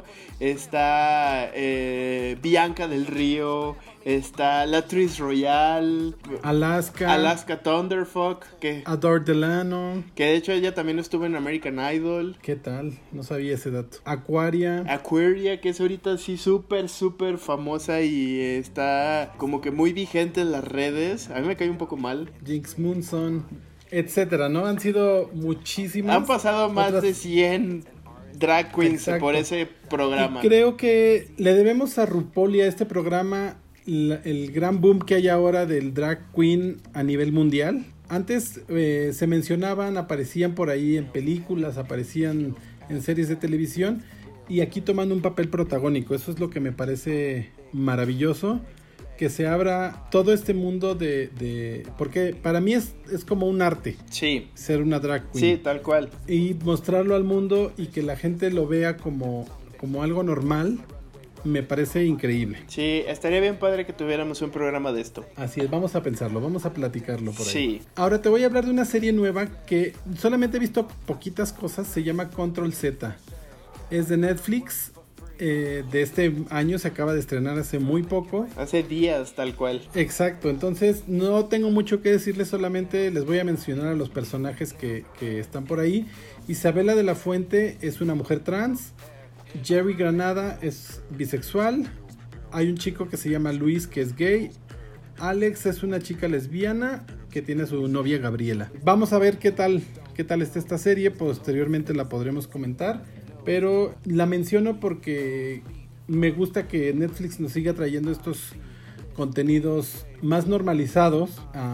Está Bianca del Río, está Latrice Royale, Alaska Thunderfuck, Adore Delano, que de hecho ella también estuvo en American Idol. ¿Qué tal? No sabía ese dato. Aquaria, que es ahorita sí súper famosa y está como que muy vigente en las redes. A mí me cae un poco mal. Jinx Monsoon, etcétera, ¿no? Han sido muchísimas. Han pasado más de 100 drag queens. Exacto. Por ese programa. Y creo que le debemos a RuPaul y a este programa el gran boom que hay ahora del drag queen a nivel mundial. Antes se mencionaban, aparecían por ahí en películas, aparecían en series de televisión, y aquí toman un papel protagónico. Eso es lo que me parece maravilloso, que se abra todo este mundo porque para mí es como un arte. Sí. Ser una drag queen. Sí, tal cual. Y mostrarlo al mundo y que la gente lo vea como algo normal, me parece increíble. Sí, estaría bien padre que tuviéramos un programa de esto. Así es, vamos a pensarlo, vamos a platicarlo por ahí. Sí. Ahora te voy a hablar de una serie nueva que solamente he visto poquitas cosas, se llama Control Z. Es de Netflix. De este año, se acaba de estrenar hace muy poco. Hace días, tal cual. Exacto, entonces no tengo mucho que decirles, solamente les voy a mencionar a los personajes que están por ahí. Isabela de la Fuente es una mujer trans. Jerry Granada es bisexual. Hay un chico que se llama Luis, que es gay. Alex es una chica lesbiana que tiene a su novia Gabriela. Vamos a ver qué tal está esta serie. Posteriormente la podremos comentar, pero la menciono porque me gusta que Netflix nos siga trayendo estos contenidos más normalizados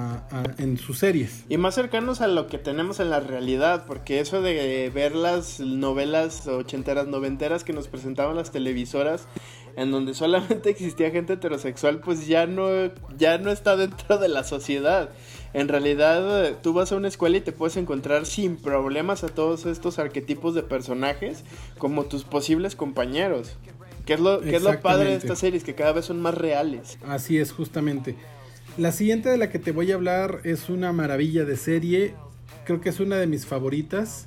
en sus series. Y más cercanos a lo que tenemos en la realidad, porque eso de ver las novelas ochenteras, noventeras que nos presentaban las televisoras, en donde solamente existía gente heterosexual, pues ya no está dentro de la sociedad. En realidad, tú vas a una escuela y te puedes encontrar sin problemas a todos estos arquetipos de personajes como tus posibles compañeros. Que es lo padre de estas series, que cada vez son más reales. Así es, justamente. La siguiente de la que te voy a hablar es una maravilla de serie. Creo que es una de mis favoritas.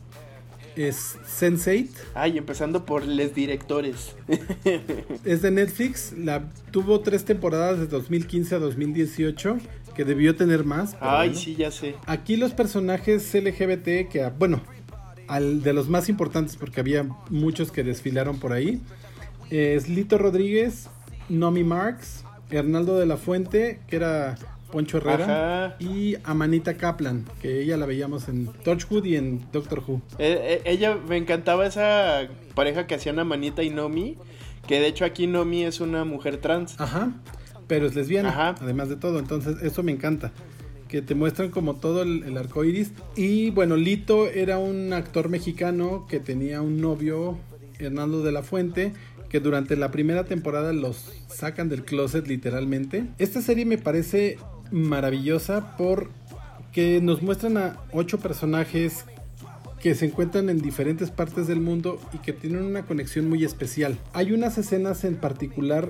Es Sense8. Ay, empezando por los directores. Es de Netflix. Tuvo 3 temporadas de 2015 a 2018. Que debió tener más. Ay, bueno. Sí, ya sé. Aquí los personajes LGBT que, bueno, de los más importantes porque había muchos que desfilaron por ahí. Es Lito Rodríguez, Nomi Marx, Hernaldo de la Fuente, que era Poncho Herrera, Ajá. y Amanita Kaplan, que ella la veíamos en Torchwood y en Doctor Who. Ella, me encantaba esa pareja que hacían Amanita y Nomi, que de hecho aquí Nomi es una mujer trans. Ajá, pero es lesbiana, Ajá. además de todo, entonces eso me encanta, que te muestran como todo el arco iris. Y bueno, Lito era un actor mexicano que tenía un novio, Hernando de la Fuente, que durante la primera temporada los sacan del closet literalmente. Esta serie me parece maravillosa porque nos muestran a 8 personajes que se encuentran en diferentes partes del mundo y que tienen una conexión muy especial. Hay unas escenas en particular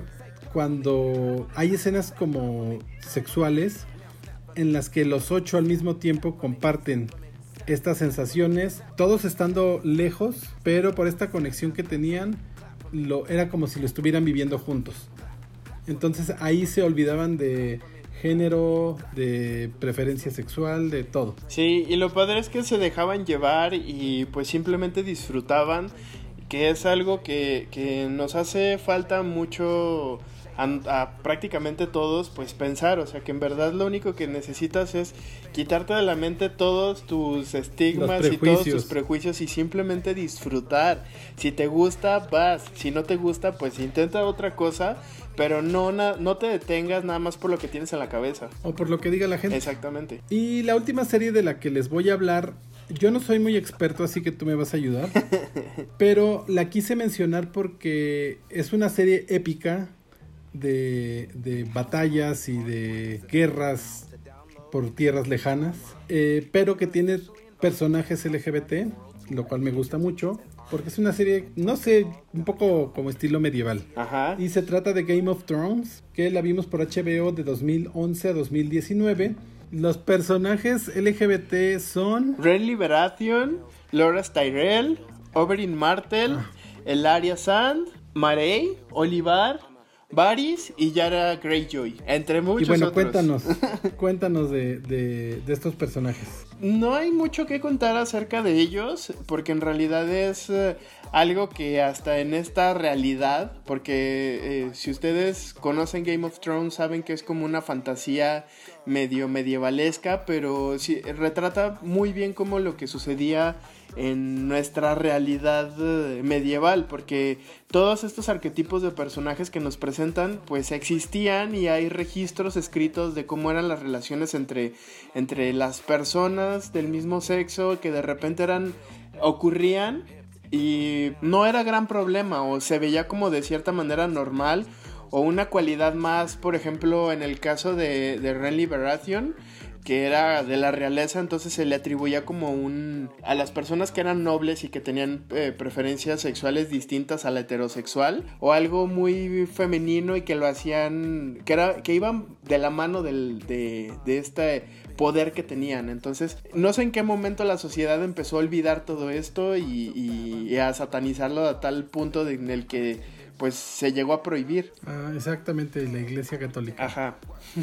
cuando hay escenas como sexuales en las que los 8 al mismo tiempo comparten estas sensaciones, todos estando lejos, pero por esta conexión que tenían, era como si lo estuvieran viviendo juntos. Entonces ahí se olvidaban de género, de preferencia sexual, de todo. Sí, y lo padre es que se dejaban llevar y pues simplemente disfrutaban, que es algo que nos hace falta mucho a prácticamente todos, pues pensar, o sea que en verdad lo único que necesitas es quitarte de la mente todos tus estigmas y todos tus prejuicios y simplemente disfrutar. Si te gusta, vas, si no te gusta, pues intenta otra cosa, pero no te detengas nada más por lo que tienes en la cabeza. O por lo que diga la gente. Exactamente. Y la última serie de la que les voy a hablar, yo no soy muy experto, así que tú me vas a ayudar, pero la quise mencionar porque es una serie épica de batallas y de guerras por tierras lejanas, pero que tiene personajes LGBT, lo cual me gusta mucho porque es una serie, no sé, un poco como estilo medieval. Ajá. Y se trata de Game of Thrones, que la vimos por HBO de 2011 a 2019. Los personajes LGBT son Renly Baratheon, Loras Tyrell, Oberyn Martell, Elaria Sand, Marey, Olivar, Varys y Yara Greyjoy, entre muchos otros. Y bueno, cuéntanos de estos personajes. No hay mucho que contar acerca de ellos, porque en realidad es algo que hasta en esta realidad, porque si ustedes conocen Game of Thrones saben que es como una fantasía medio medievalesca, pero sí, retrata muy bien como lo que sucedía en nuestra realidad medieval, porque todos estos arquetipos de personajes que nos presentan pues existían y hay registros escritos de cómo eran las relaciones entre las personas del mismo sexo que de repente ocurrían y no era gran problema o se veía como de cierta manera normal o una cualidad más, por ejemplo en el caso de Renly Baratheon, que era de la realeza, entonces se le atribuía como a las personas que eran nobles y que tenían preferencias sexuales distintas a la heterosexual, o algo muy femenino y que lo hacían, que iban de la mano de este poder que tenían. Entonces no sé en qué momento la sociedad empezó a olvidar todo esto y a satanizarlo a tal punto en el que pues se llegó a prohibir. Exactamente, la Iglesia Católica. Ajá.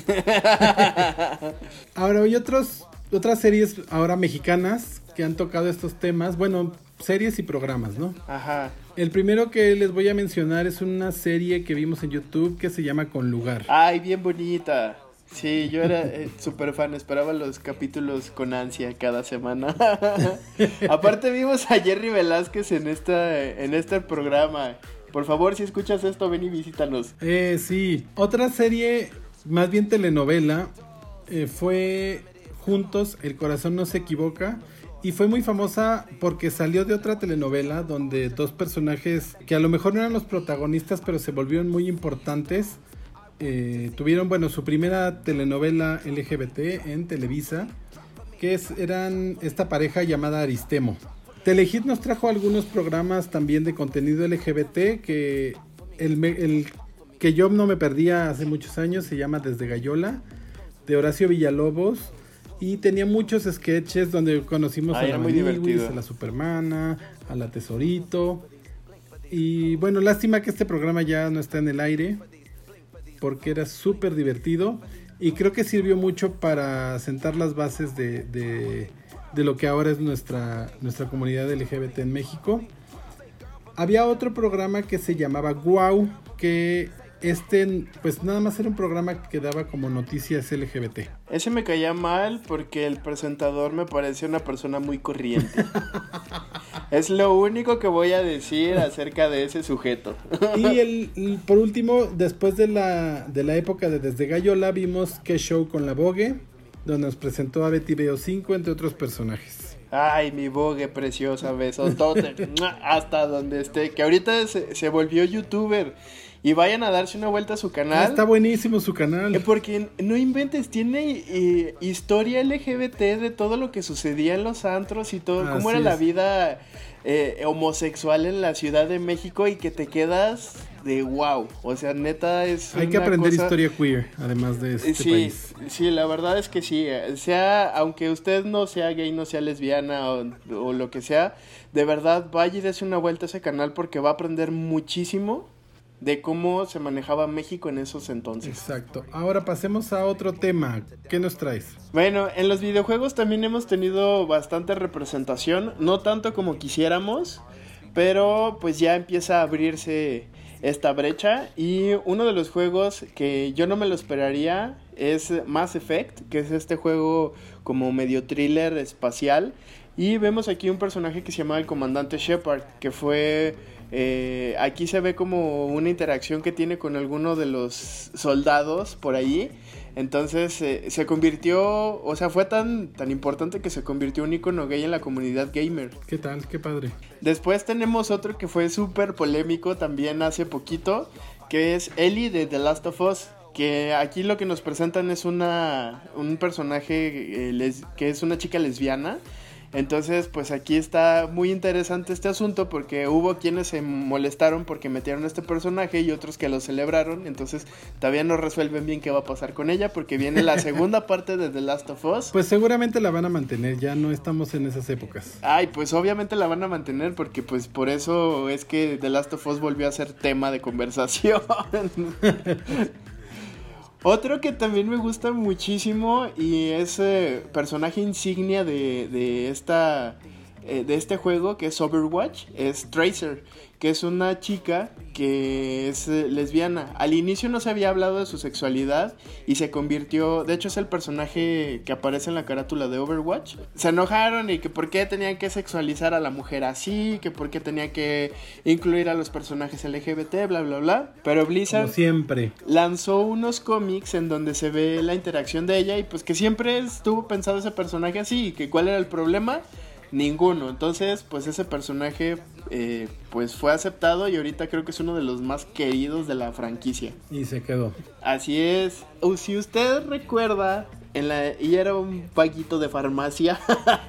Ahora hay otras series ahora mexicanas que han tocado estos temas, bueno, series y programas, ¿no? Ajá. El primero que les voy a mencionar es una serie que vimos en YouTube que se llama Con Lugar. Ay, bien bonita. Sí, yo era súper fan, esperaba los capítulos con ansia cada semana. Aparte vimos a Jerry Velázquez en este programa. Por favor, si escuchas esto, ven y visítanos. Sí, otra serie, más bien telenovela, fue Juntos, el corazón no se equivoca. Y fue muy famosa porque salió de otra telenovela donde 2 personajes que a lo mejor no eran los protagonistas, pero se volvieron muy importantes. Tuvieron, bueno, su primera telenovela LGBT en Televisa, que eran esta pareja llamada Aristemo. Telehit nos trajo algunos programas también de contenido LGBT, que el que yo no me perdía hace muchos años se llama Desde Gallola, de Horacio Villalobos. Y tenía muchos sketches donde conocimos a la Maniwis, a la Supermana, a la Tesorito. Y bueno, lástima que este programa ya no está en el aire, porque era súper divertido. Y creo que sirvió mucho para sentar las bases de lo que ahora es nuestra comunidad LGBT en México. Había otro programa que se llamaba Guau, que pues nada más era un programa que daba como noticias LGBT. Ese me caía mal porque el presentador me parecía una persona muy corriente. Es lo único que voy a decir acerca de ese sujeto. Y por último, después de la época de Desde Gallola, vimos Qué Show con la Vogue, donde nos presentó a Betty Beo 5, entre otros personajes. Ay, mi Vogue preciosa, besotote, hasta donde esté, que ahorita se volvió youtuber. Y vayan a darse una vuelta a su canal. Está buenísimo su canal. Porque no inventes, tiene historia LGBT de todo lo que sucedía en los antros y todo, cómo era la vida homosexual en la Ciudad de México, y que te quedas de wow. O sea, neta es Hay que aprender historia queer, además de este país. Sí, la verdad es que sí. Aunque usted no sea gay, no sea lesbiana o lo que sea, de verdad vaya y dése una vuelta a ese canal, porque va a aprender muchísimo de cómo se manejaba México en esos entonces. Exacto. Ahora pasemos a otro tema. ¿Qué nos traes? Bueno, en los videojuegos también hemos tenido bastante representación, no tanto como quisiéramos, pero pues ya empieza a abrirse esta brecha, y uno de los juegos que yo no me lo esperaría es Mass Effect, que es este juego como medio thriller espacial, y vemos aquí un personaje que se llama el Comandante Shepard, que fue... aquí se ve como una interacción que tiene con alguno de los soldados por ahí. Entonces se convirtió, o sea, fue tan importante que se convirtió en un icono gay en la comunidad gamer. ¿Qué tal? Qué padre. Después tenemos otro que fue súper polémico también hace poquito, que es Ellie de The Last of Us, que aquí lo que nos presentan es un personaje que es una chica lesbiana. Entonces, pues aquí está muy interesante este asunto, porque hubo quienes se molestaron porque metieron a este personaje y otros que lo celebraron. Entonces todavía no resuelven bien qué va a pasar con ella, porque viene la segunda parte de The Last of Us. Pues seguramente la van a mantener, ya no estamos en esas épocas. Ay, pues obviamente la van a mantener, porque pues por eso es que The Last of Us volvió a ser tema de conversación. Otro que también me gusta muchísimo y es personaje insignia de este juego, que es Overwatch, es Tracer, que es una chica que es lesbiana. Al inicio no se había hablado de su sexualidad y se convirtió, de hecho es el personaje que aparece en la carátula de Overwatch. Se enojaron y que por qué tenían que sexualizar a la mujer así, que por qué tenían que incluir a los personajes LGBT, bla bla bla. Pero Blizzard, como siempre, lanzó unos cómics en donde se ve la interacción de ella, y pues que siempre estuvo pensado ese personaje así, y que cuál era el problema. Ninguno. Entonces, pues ese personaje pues fue aceptado, y ahorita creo que es uno de los más queridos de la franquicia. Y se quedó. Así es. Si usted recuerda, y era un vaguito de farmacia.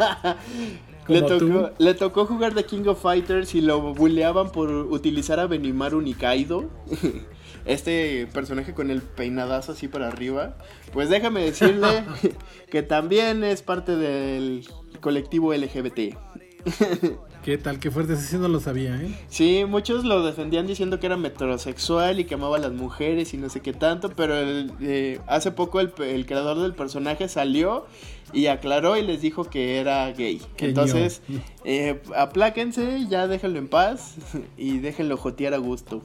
Le tocó jugar The King of Fighters y lo bulleaban por utilizar a Benimaru Nikaido. Este personaje con el peinadazo así para arriba. Pues déjame decirle que también es parte del colectivo LGBT. ¿Qué tal? Qué fuerte, así no lo sabía, ¿eh? Sí, muchos lo defendían diciendo que era metrosexual y que amaba a las mujeres y no sé qué tanto, pero hace poco el creador del personaje salió y aclaró y les dijo que era gay. Entonces, apláquense, ya déjenlo en paz y déjenlo jotear a gusto.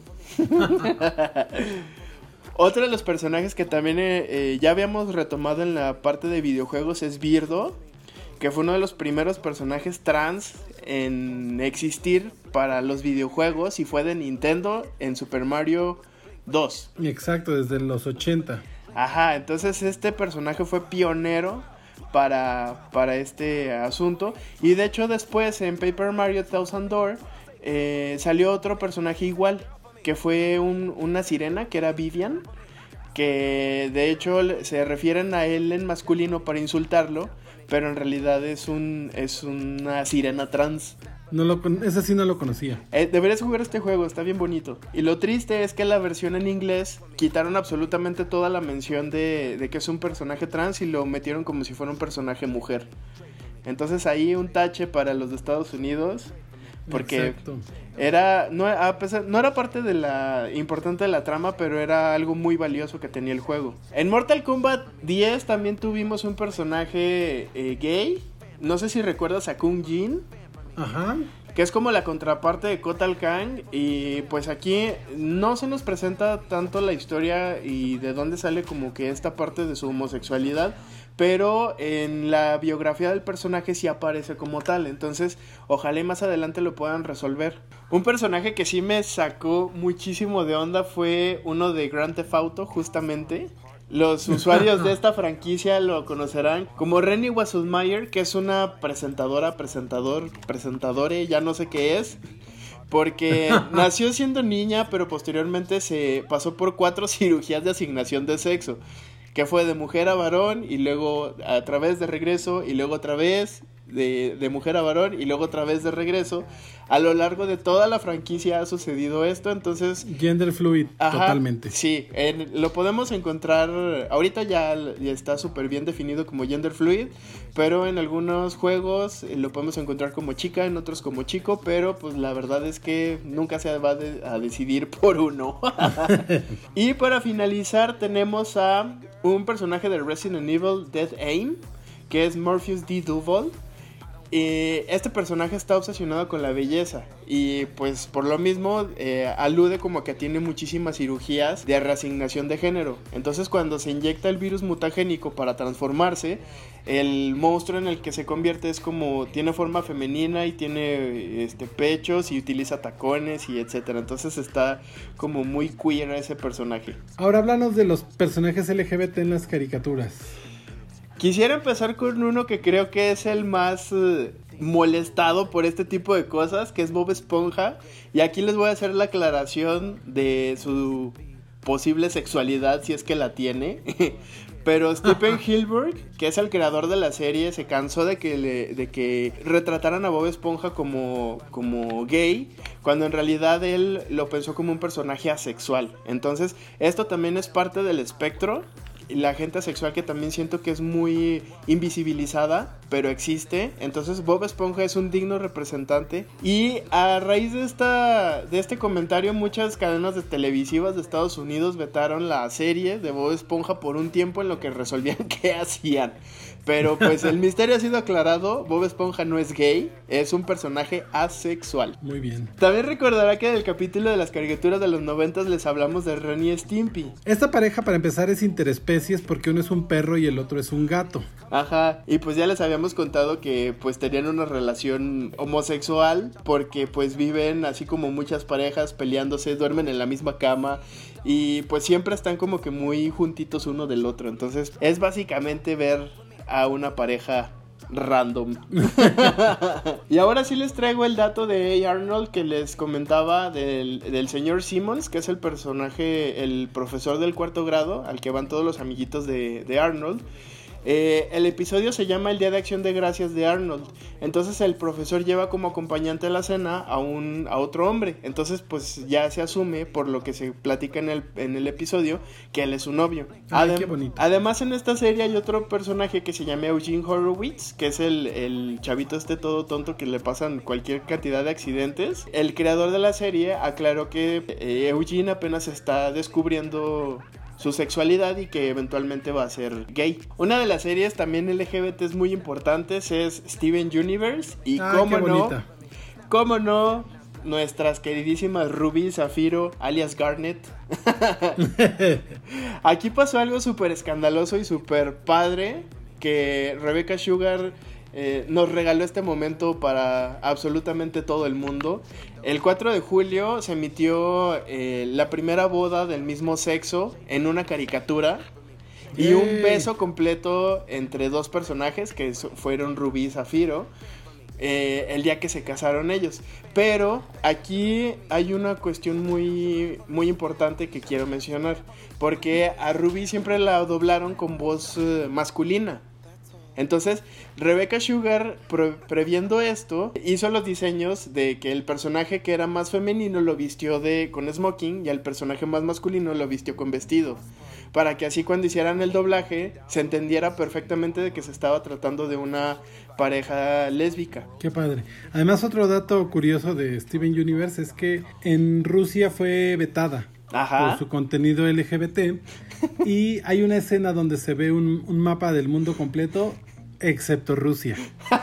Otro de los personajes que también ya habíamos retomado en la parte de videojuegos es Birdo, que fue uno de los primeros personajes trans en existir para los videojuegos, y fue de Nintendo en Super Mario 2. Exacto, desde los 80. Ajá, entonces este personaje fue pionero para este asunto, y de hecho después en Paper Mario Thousand Door salió otro personaje igual, que fue una sirena, que era Vivian, que de hecho se refieren a él en masculino para insultarlo, pero en realidad es una sirena trans. Ese sí no lo conocía. Deberías jugar este juego, está bien bonito. Y lo triste es que la versión en inglés quitaron absolutamente toda la mención de que es un personaje trans y lo metieron como si fuera un personaje mujer. Entonces ahí un tache para los de Estados Unidos, porque Exacto. no era parte de la importante de la trama, pero era algo muy valioso que tenía el juego. En Mortal Kombat 10 también tuvimos un personaje gay. No sé si recuerdas a Kung Jin. Ajá. Que es como la contraparte de Kotal Kahn. Y pues aquí no se nos presenta tanto la historia y de dónde sale como que esta parte de su homosexualidad, pero en la biografía del personaje sí aparece como tal. Entonces ojalá y más adelante lo puedan resolver. Un personaje que sí me sacó muchísimo de onda fue uno de Grand Theft Auto, justamente. Los usuarios de esta franquicia lo conocerán como Renny Wasselmayer, que es una presentadore, ya no sé qué es, porque nació siendo niña, pero posteriormente se pasó por 4 cirugías de asignación de sexo, que fue de mujer a varón, y luego a través de regreso, y luego otra vez de mujer a varón, y luego otra vez de regreso. A lo largo de toda la franquicia ha sucedido esto, entonces... Gender fluid, ajá, totalmente. Sí, lo podemos encontrar, ahorita ya está súper bien definido como gender fluid, pero en algunos juegos lo podemos encontrar como chica, en otros como chico, pero pues la verdad es que nunca se va a decidir por uno. Y para finalizar tenemos a un personaje de Resident Evil Dead Aim, que es Morpheus D. Duval. Este personaje está obsesionado con la belleza y pues por lo mismo alude como que tiene muchísimas cirugías de reasignación de género. Entonces cuando se inyecta el virus mutagénico para transformarse, el monstruo en el que se convierte es como tiene forma femenina y tiene pechos y utiliza tacones y etcétera. Entonces está como muy queer ese personaje. Ahora háblanos de los personajes LGBT en las caricaturas. Quisiera empezar con uno que creo que es el más molestado por este tipo de cosas, que es Bob Esponja. Y aquí les voy a hacer la aclaración de su posible sexualidad, si es que la tiene. Pero Stephen Hillenburg, que es el creador de la serie, se cansó de que retrataran a Bob Esponja como gay, cuando en realidad él lo pensó como un personaje asexual. Entonces, esto también es parte del espectro. La gente asexual que también siento que es muy invisibilizada, pero existe. Entonces Bob Esponja es un digno representante. Y a raíz de este comentario, muchas cadenas televisivas de Estados Unidos vetaron la serie de Bob Esponja por un tiempo en lo que resolvían qué hacían. Pero pues el misterio ha sido aclarado. Bob Esponja no es gay, es un personaje asexual. Muy bien. También recordará que en el capítulo de las caricaturas de los 90 les hablamos de Ren y Stimpy. Esta pareja, para empezar, es interespecies porque uno es un perro y el otro es un gato. Ajá, y pues ya les habíamos contado que pues tenían una relación homosexual porque pues viven así como muchas parejas peleándose, duermen en la misma cama y pues siempre están como que muy juntitos uno del otro. Entonces es básicamente ver a una pareja random. Y ahora sí les traigo el dato de A. Arnold que les comentaba del señor Simmons, que es el personaje, el profesor del 4º grado al que van todos los amiguitos de Arnold. El episodio se llama El Día de Acción de Gracias de Arnold. Entonces el profesor lleva como acompañante a la cena a otro hombre. Entonces pues ya se asume, por lo que se platica en el episodio, que él es su novio. Qué bonito. Además en esta serie hay otro personaje que se llama Eugene Horowitz, que es el chavito todo tonto que le pasan cualquier cantidad de accidentes. El creador de la serie aclaró que Eugene apenas está descubriendo su sexualidad y que eventualmente va a ser gay. Una de las series también LGBT muy importantes es Steven Universe y cómo no, nuestras queridísimas Ruby Zafiro alias Garnet. Aquí pasó algo súper escandaloso y súper padre, que Rebecca Sugar nos regaló este momento para absolutamente todo el mundo. El 4 de julio se emitió la primera boda del mismo sexo en una caricatura. Y un beso completo entre dos personajes que fueron Rubí y Zafiro. El día que se casaron ellos. Pero aquí hay una cuestión muy, muy importante que quiero mencionar, porque a Rubí siempre la doblaron con voz masculina. Entonces, Rebecca Sugar, previendo esto, hizo los diseños de que el personaje que era más femenino lo vistió con smoking y al personaje más masculino lo vistió con vestido. Para que así cuando hicieran el doblaje se entendiera perfectamente de que se estaba tratando de una pareja lésbica. Qué padre. Además, otro dato curioso de Steven Universe es que en Rusia fue vetada. Ajá. Por su contenido LGBT. Y hay una escena donde se ve un mapa del mundo completo, excepto Rusia.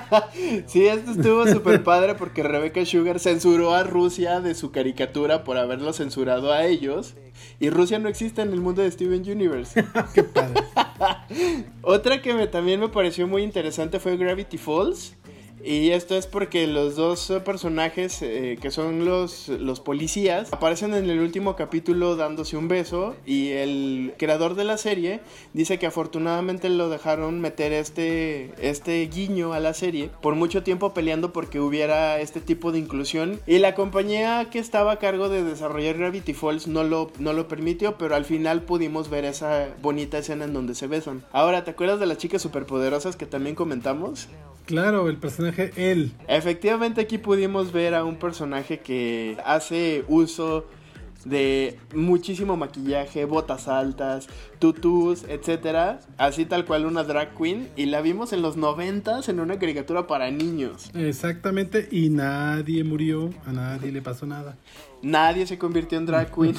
Sí, esto estuvo súper padre porque Rebecca Sugar censuró a Rusia de su caricatura por haberlo censurado a ellos. Y Rusia no existe en el mundo de Steven Universe. Qué padre. Otra que también me pareció muy interesante fue Gravity Falls. Y esto es porque los dos personajes que son los policías aparecen en el último capítulo dándose un beso. Y el creador de la serie dice que afortunadamente lo dejaron meter este guiño a la serie por mucho tiempo peleando porque hubiera este tipo de inclusión. Y la compañía que estaba a cargo de desarrollar Gravity Falls no lo permitió, pero al final pudimos ver esa bonita escena en donde se besan. Ahora, ¿te acuerdas de las chicas superpoderosas que también comentamos? Claro, el personaje él. Efectivamente, aquí pudimos ver a un personaje que hace uso de muchísimo maquillaje, botas altas, tutús, etcétera, así tal cual una drag queen, y la vimos en los 90s en una caricatura para niños. Exactamente, y nadie murió, a nadie le pasó nada. Nadie se convirtió en drag queen.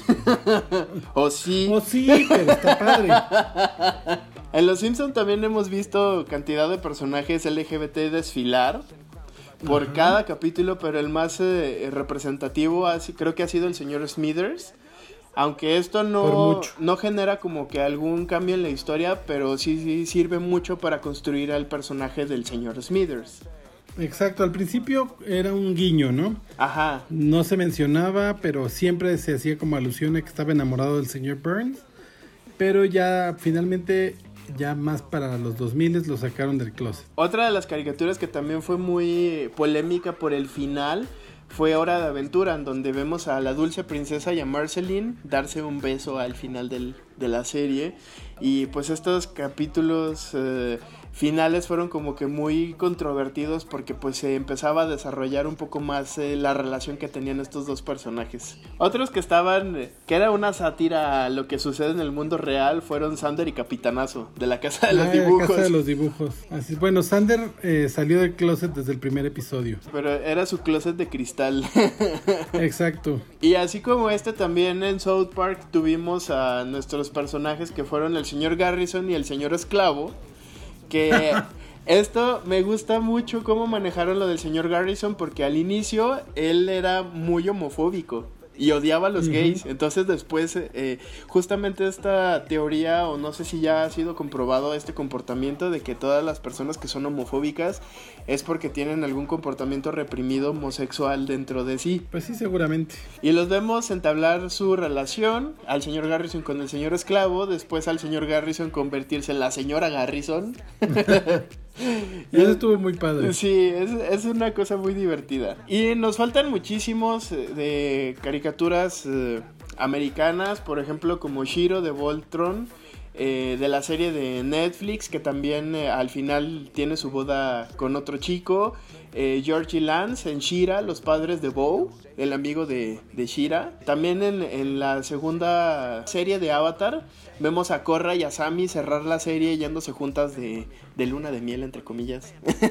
¿O sí? O sí, pero está padre. En Los Simpson también hemos visto cantidad de personajes LGBT desfilar por cada capítulo, pero el más representativo creo que ha sido el señor Smithers. Aunque esto no genera como que algún cambio en la historia, pero sí sirve mucho para construir al personaje del señor Smithers. Exacto, al principio era un guiño, ¿no? Ajá. No se mencionaba, pero siempre se hacía como alusión a que estaba enamorado del señor Burns. Pero ya finalmente, ya más para los 2000 lo sacaron del closet. Otra de las caricaturas que también fue muy polémica por el final fue Hora de Aventura, en donde vemos a la dulce princesa y a Marceline darse un beso al final de la serie. Y pues estos capítulos finales fueron como que muy controvertidos porque pues se empezaba a desarrollar un poco más la relación que tenían estos dos personajes. Otros que que era una sátira a lo que sucede en el mundo real, fueron Sander y Capitanazo, de la Casa de los Dibujos. La Casa de los Dibujos. Así, bueno, Sander salió del closet desde el primer episodio. Pero era su closet de cristal. Exacto. Y así como también en South Park tuvimos a nuestros personajes que fueron el señor Garrison y el señor Esclavo. Que esto me gusta mucho cómo manejaron lo del señor Garrison, porque al inicio él era muy homofóbico y odiaba a los gays. Entonces después justamente esta teoría, o no sé si ya ha sido comprobado este comportamiento de que todas las personas que son homofóbicas es porque tienen algún comportamiento reprimido homosexual dentro de sí. Pues sí, seguramente. Y los vemos entablar su relación, al señor Garrison con el señor Esclavo, después al señor Garrison convertirse en la señora Garrison. Eso estuvo muy padre. Sí, es una cosa muy divertida. Y nos faltan muchísimos de caricaturas americanas, por ejemplo como Shiro de Voltron, de la serie de Netflix, que también al final tiene su boda con otro chico. George y Lance en She-Ra, los padres de Bo, el amigo de She-Ra. También en la segunda serie de Avatar vemos a Korra y a Sami cerrar la serie yéndose juntas de luna de miel, entre comillas,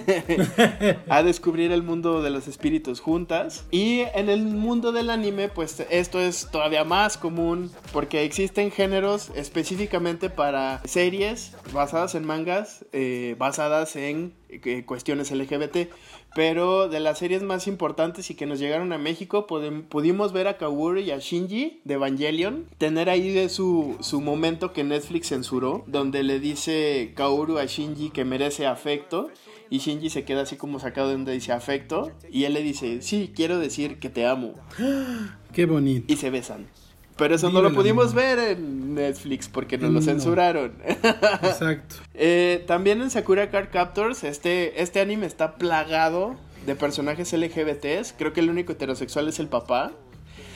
a descubrir el mundo de los espíritus juntas. Y en el mundo del anime, pues esto es todavía más común, porque existen géneros específicamente para series basadas en mangas, basadas en cuestiones LGBT. Pero de las series más importantes y que nos llegaron a México, pudimos ver a Kaworu y a Shinji de Evangelion tener ahí de su momento que Netflix censuró, donde le dice Kaworu a Shinji que merece afecto, y Shinji se queda así como sacado de donde dice afecto, y él le dice, sí, quiero decir que te amo. Qué bonito. Y se besan. Pero eso no lo pudimos ver en Netflix porque nos lo censuraron. Exacto. También en Sakura Card Captors, este anime está plagado de personajes LGBTs. Creo que el único heterosexual es el papá.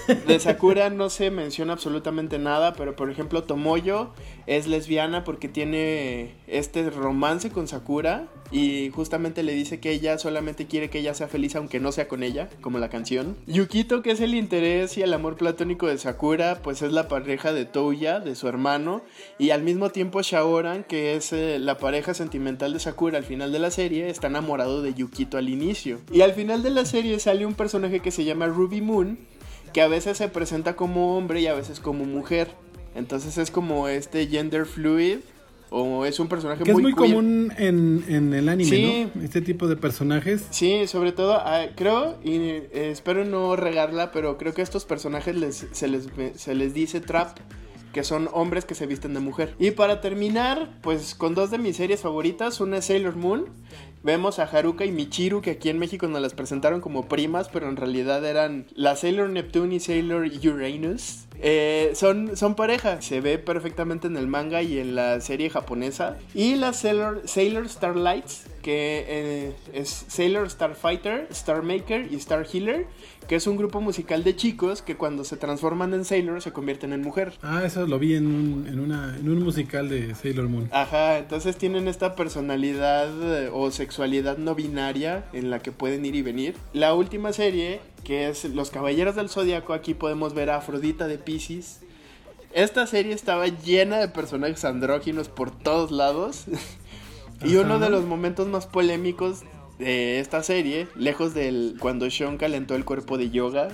De Sakura no se menciona absolutamente nada, pero por ejemplo Tomoyo es lesbiana porque tiene este romance con Sakura y justamente le dice que ella solamente quiere que ella sea feliz aunque no sea con ella, como la canción. Yukito, que es el interés y el amor platónico de Sakura, pues es la pareja de Touya, de su hermano, y al mismo tiempo Shaoran, que es la pareja sentimental de Sakura al final de la serie, está enamorado de Yukito al inicio. Y al final de la serie sale un personaje que se llama Ruby Moon, que a veces se presenta como hombre y a veces como mujer. Entonces es como este gender fluid, o es un personaje que muy es muy queer. común en el anime, Sí. ¿no? Este tipo de personajes. Sí, sobre todo, creo, y espero no regarla, pero creo que a estos personajes se les dice trap, que son hombres que se visten de mujer. Y para terminar, pues con dos de mis series favoritas, una es Sailor Moon. Vemos a Haruka y Michiru, que aquí en México nos las presentaron como primas, pero en realidad eran la Sailor Neptune y Sailor Uranus. Son pareja, se ve perfectamente en el manga y en la serie japonesa. Y la Sailor Starlights, que es Sailor Starfighter, Star Maker y Star Healer, que es un grupo musical de chicos que cuando se transforman en Sailor se convierten en mujer. Ah, eso lo vi en un musical de Sailor Moon. Ajá, entonces tienen esta personalidad o sexualidad no binaria en la que pueden ir y venir. La última serie, que es Los Caballeros del Zodiaco, aquí podemos ver a Afrodita de Piscis. Esta serie estaba llena de personajes andróginos por todos lados. Y uno de los momentos más polémicos de esta serie, lejos del cuando Sean calentó el cuerpo de Yoga,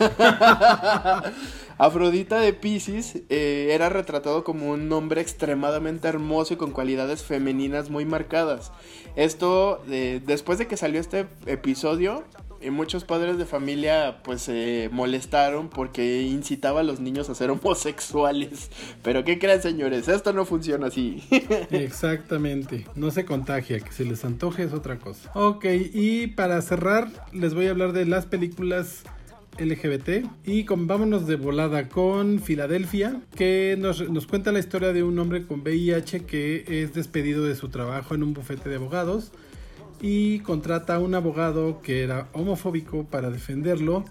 Afrodita de Piscis era retratado como un hombre extremadamente hermoso y con cualidades femeninas muy marcadas. Esto, después de que salió este episodio, muchos padres de familia pues se molestaron porque incitaba a los niños a ser homosexuales. Pero ¿qué creen, señores? Esto no funciona así. Exactamente, no se contagia, que se les antoje es otra cosa. Ok, y para cerrar les voy a hablar de las películas LGBT y vámonos de volada con Filadelfia, que nos cuenta la historia de un hombre con VIH que es despedido de su trabajo en un bufete de abogados y contrata a un abogado que era homofóbico para defenderlo,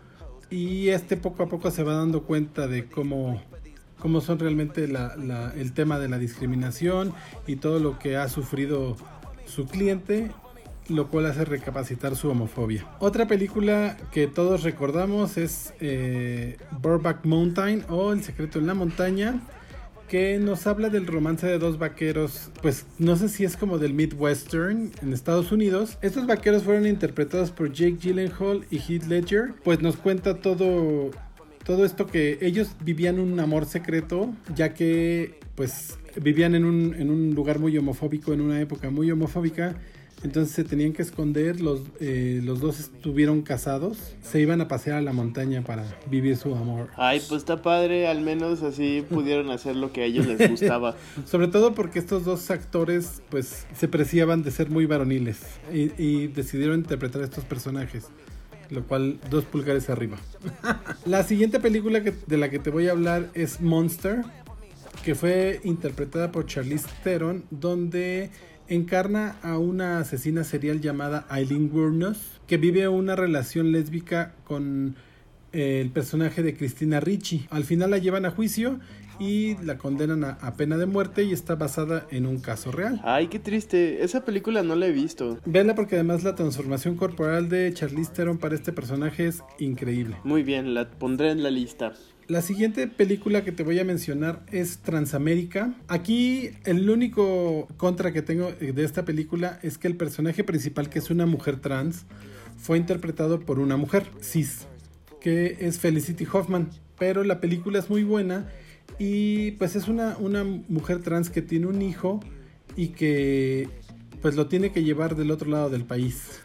y poco a poco se va dando cuenta de cómo son realmente el tema de la discriminación y todo lo que ha sufrido su cliente, lo cual hace recapacitar su homofobia. Otra película que todos recordamos es Brokeback Mountain o El secreto en la montaña, que nos habla del romance de dos vaqueros, pues no sé si es como del Midwestern en Estados Unidos. Estos vaqueros fueron interpretados por Jake Gyllenhaal y Heath Ledger. Pues nos cuenta todo esto, que ellos vivían un amor secreto, ya que pues vivían en un lugar muy homofóbico, en una época muy homofóbica. Entonces se tenían que esconder, los dos estuvieron casados, se iban a pasear a la montaña para vivir su amor. Ay, pues está padre, al menos así pudieron hacer lo que a ellos les gustaba. Sobre todo porque estos dos actores pues se preciaban de ser muy varoniles y decidieron interpretar a estos personajes, lo cual 2 pulgares arriba. La siguiente película de la que te voy a hablar es Monster, que fue interpretada por Charlize Theron, donde encarna a una asesina serial llamada Aileen Wuornos, que vive una relación lésbica con el personaje de Christina Ricci. Al final la llevan a juicio y la condenan a pena de muerte, y está basada en un caso real. Ay, qué triste, esa película no la he visto. Véanla porque además la transformación corporal de Charlize Theron para este personaje es increíble. Muy bien, la pondré en la lista. La siguiente película que te voy a mencionar es Transamérica. Aquí el único contra que tengo de esta película es que el personaje principal, que es una mujer trans, fue interpretado por una mujer cis, que es Felicity Huffman. Pero la película es muy buena y pues es una mujer trans que tiene un hijo y que pues lo tiene que llevar del otro lado del país.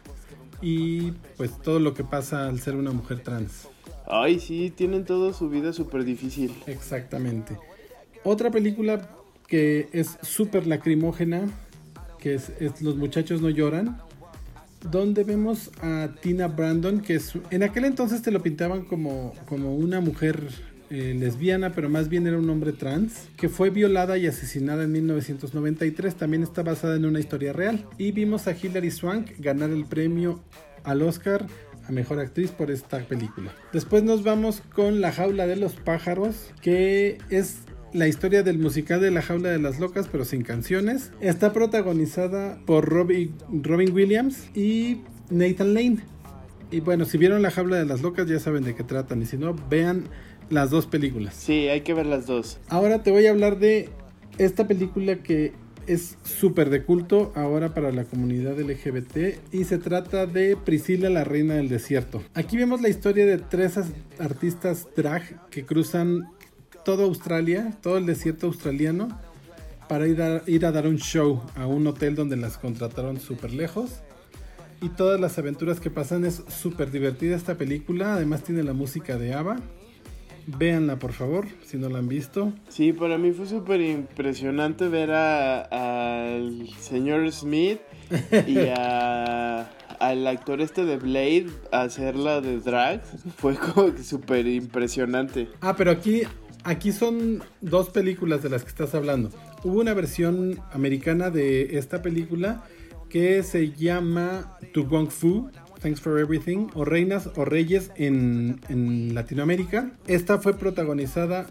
Y pues todo lo que pasa al ser una mujer trans. Ay, sí, tienen toda su vida súper difícil. Exactamente. Otra película que es súper lacrimógena, que es Los muchachos no lloran, donde vemos a Tina Brandon, que en aquel entonces te lo pintaban como una mujer lesbiana, pero más bien era un hombre trans, que fue violada y asesinada en 1993. También está basada en una historia real. Y vimos a Hilary Swank ganar el premio al Oscar a Mejor Actriz por esta película. Después nos vamos con La Jaula de los Pájaros, que es la historia del musical de La Jaula de las Locas, pero sin canciones. Está protagonizada por Robin Williams y Nathan Lane. Y bueno, si vieron La Jaula de las Locas ya saben de qué tratan, y si no, vean las dos películas. Sí, hay que ver las dos. Ahora te voy a hablar de esta película que es súper de culto ahora para la comunidad LGBT, y se trata de Priscila, la reina del desierto. Aquí vemos la historia de 3 artistas drag que cruzan toda Australia, todo el desierto australiano, para ir a dar un show a un hotel donde las contrataron súper lejos. Y todas las aventuras que pasan, es súper divertida esta película. Además tiene la música de ABBA. Véanla por favor, si no la han visto. Sí, para mí fue súper impresionante ver al señor Smith y al actor de Blade hacerla de drag. Fue como súper impresionante. Pero aquí son 2 películas de las que estás hablando. Hubo una versión americana de esta película que se llama To Wong Fu, Thanks for Everything, o Reinas o Reyes en Latinoamérica. Esta fue protagonizada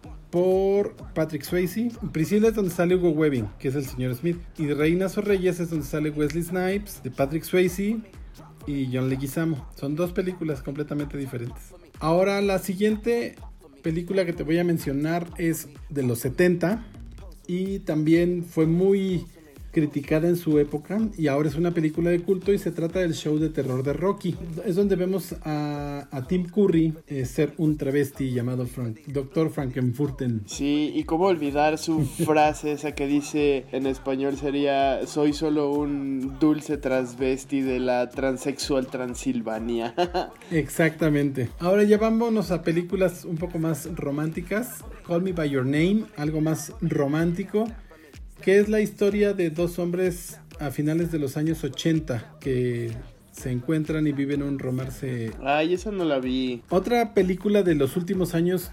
por Patrick Swayze. Priscilla es donde sale Hugo Weaving, que es el señor Smith. Y Reinas o Reyes es donde sale Wesley Snipes, de Patrick Swayze, y John Leguizamo. Son 2 películas completamente diferentes. Ahora la siguiente película que te voy a mencionar es de los 70 y también fue muy criticada en su época, y ahora es una película de culto, y se trata del show de terror de Rocky. Es donde vemos a Tim Curry ser un travesti llamado Dr. Frankenfurter. Sí, y cómo olvidar su frase esa que dice en español sería: soy solo un dulce transvesti de la transexual Transilvania. Exactamente. Ahora ya vámonos a películas un poco más románticas. Call Me By Your Name, algo más romántico, que es la historia de 2 hombres a finales de los años 80 que se encuentran y viven un romance. Ay, esa no la vi. Otra película de los últimos años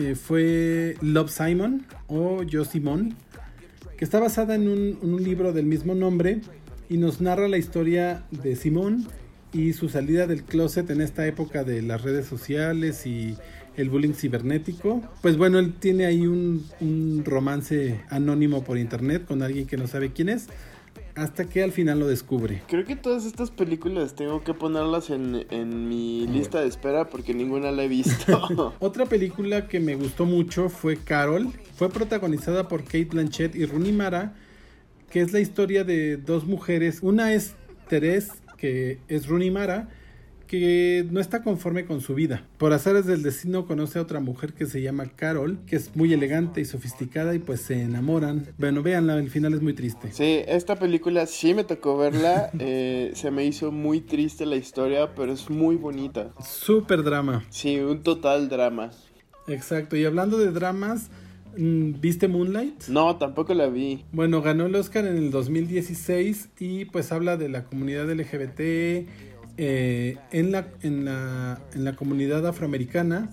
fue Love, Simon o Yo, Simón, que está basada en un libro del mismo nombre y nos narra la historia de Simón y su salida del closet en esta época de las redes sociales y el bullying cibernético. Pues bueno, él tiene ahí un romance anónimo por internet con alguien que no sabe quién es, hasta que al final lo descubre. Creo que todas estas películas tengo que ponerlas en mi lista de espera porque ninguna la he visto. Otra película que me gustó mucho fue Carol. Fue protagonizada por Cate Blanchett y Rooney Mara, que es la historia de 2 mujeres. Una es Therese, que es Rooney Mara, que no está conforme con su vida. Por azares del destino conoce a otra mujer que se llama Carol, que es muy elegante y sofisticada, y pues se enamoran. Bueno, véanla, el final es muy triste. Sí, esta película sí me tocó verla. Se me hizo muy triste la historia, pero es muy bonita. Súper drama. Sí, un total drama. Exacto, y hablando de dramas, ¿viste Moonlight? No, tampoco la vi. Bueno, ganó el Oscar en el 2016 y pues habla de la comunidad LGBT, en la comunidad afroamericana,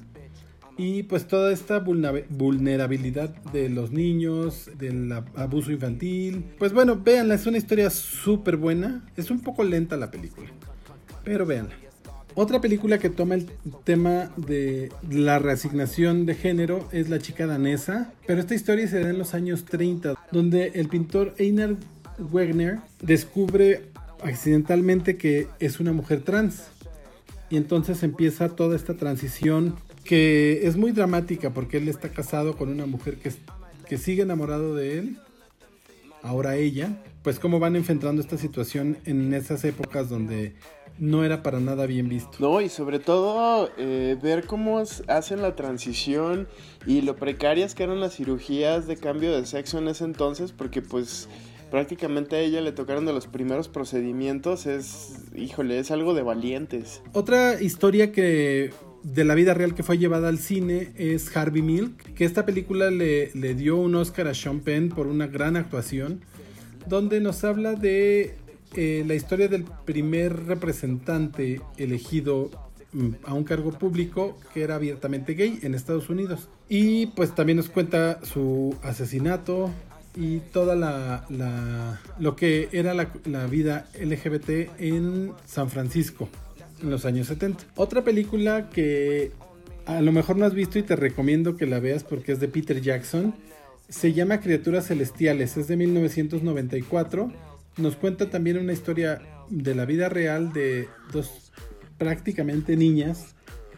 y pues toda esta vulnerabilidad de los niños, del abuso infantil. Pues bueno, véanla, es una historia súper buena. Es un poco lenta la película, pero véanla. Otra película que toma el tema de la reasignación de género es La chica danesa, pero esta historia se da en los años 30, donde el pintor Einar Wegner descubre accidentalmente que es una mujer trans, y entonces empieza toda esta transición que es muy dramática, porque él está casado con una mujer que sigue enamorado de él, ahora ella, pues cómo van enfrentando esta situación en esas épocas donde no era para nada bien visto. No, y sobre todo ver cómo hacen la transición y lo precarias que eran las cirugías de cambio de sexo en ese entonces, porque pues prácticamente a ella le tocaron de los primeros procedimientos. Es algo de valientes. Otra historia de la vida real que fue llevada al cine es Harvey Milk, que esta película le dio un Oscar a Sean Penn por una gran actuación, donde nos habla de la historia del primer representante elegido a un cargo público que era abiertamente gay en Estados Unidos. Y pues también nos cuenta su asesinato y toda lo que era la vida LGBT en San Francisco. en los años 70. Otra película que a lo mejor no has visto y te recomiendo que la veas porque es de Peter Jackson, se llama Criaturas Celestiales, es de 1994. Nos cuenta también una historia de la vida real de dos prácticamente niñas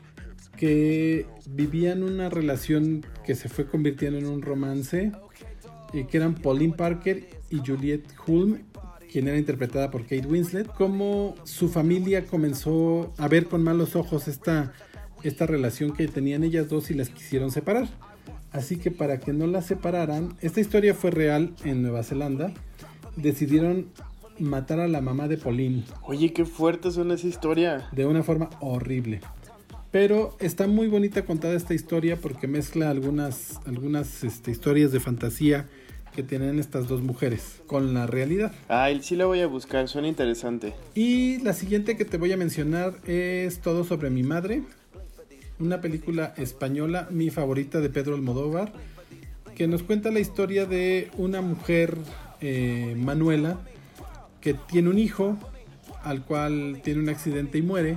que vivían una relación que se fue convirtiendo en un romance, que eran Pauline Parker y Juliette Hulme, quien era interpretada por Kate Winslet. Cómo su familia comenzó a ver con malos ojos esta relación que tenían ellas dos y las quisieron separar. Así que para que no las separaran, esta historia fue real en Nueva Zelanda, decidieron matar a la mamá de Pauline. Oye, qué fuerte suena esa historia. De una forma horrible. Pero está muy bonita contada esta historia porque mezcla algunas historias de fantasía que tienen estas dos mujeres con la realidad. Ay, sí la voy a buscar, suena interesante. Y la siguiente que te voy a mencionar es Todo sobre mi madre, una película española, mi favorita, de Pedro Almodóvar, que nos cuenta la historia de una mujer, Manuela, que tiene un hijo al cual tiene un accidente y muere,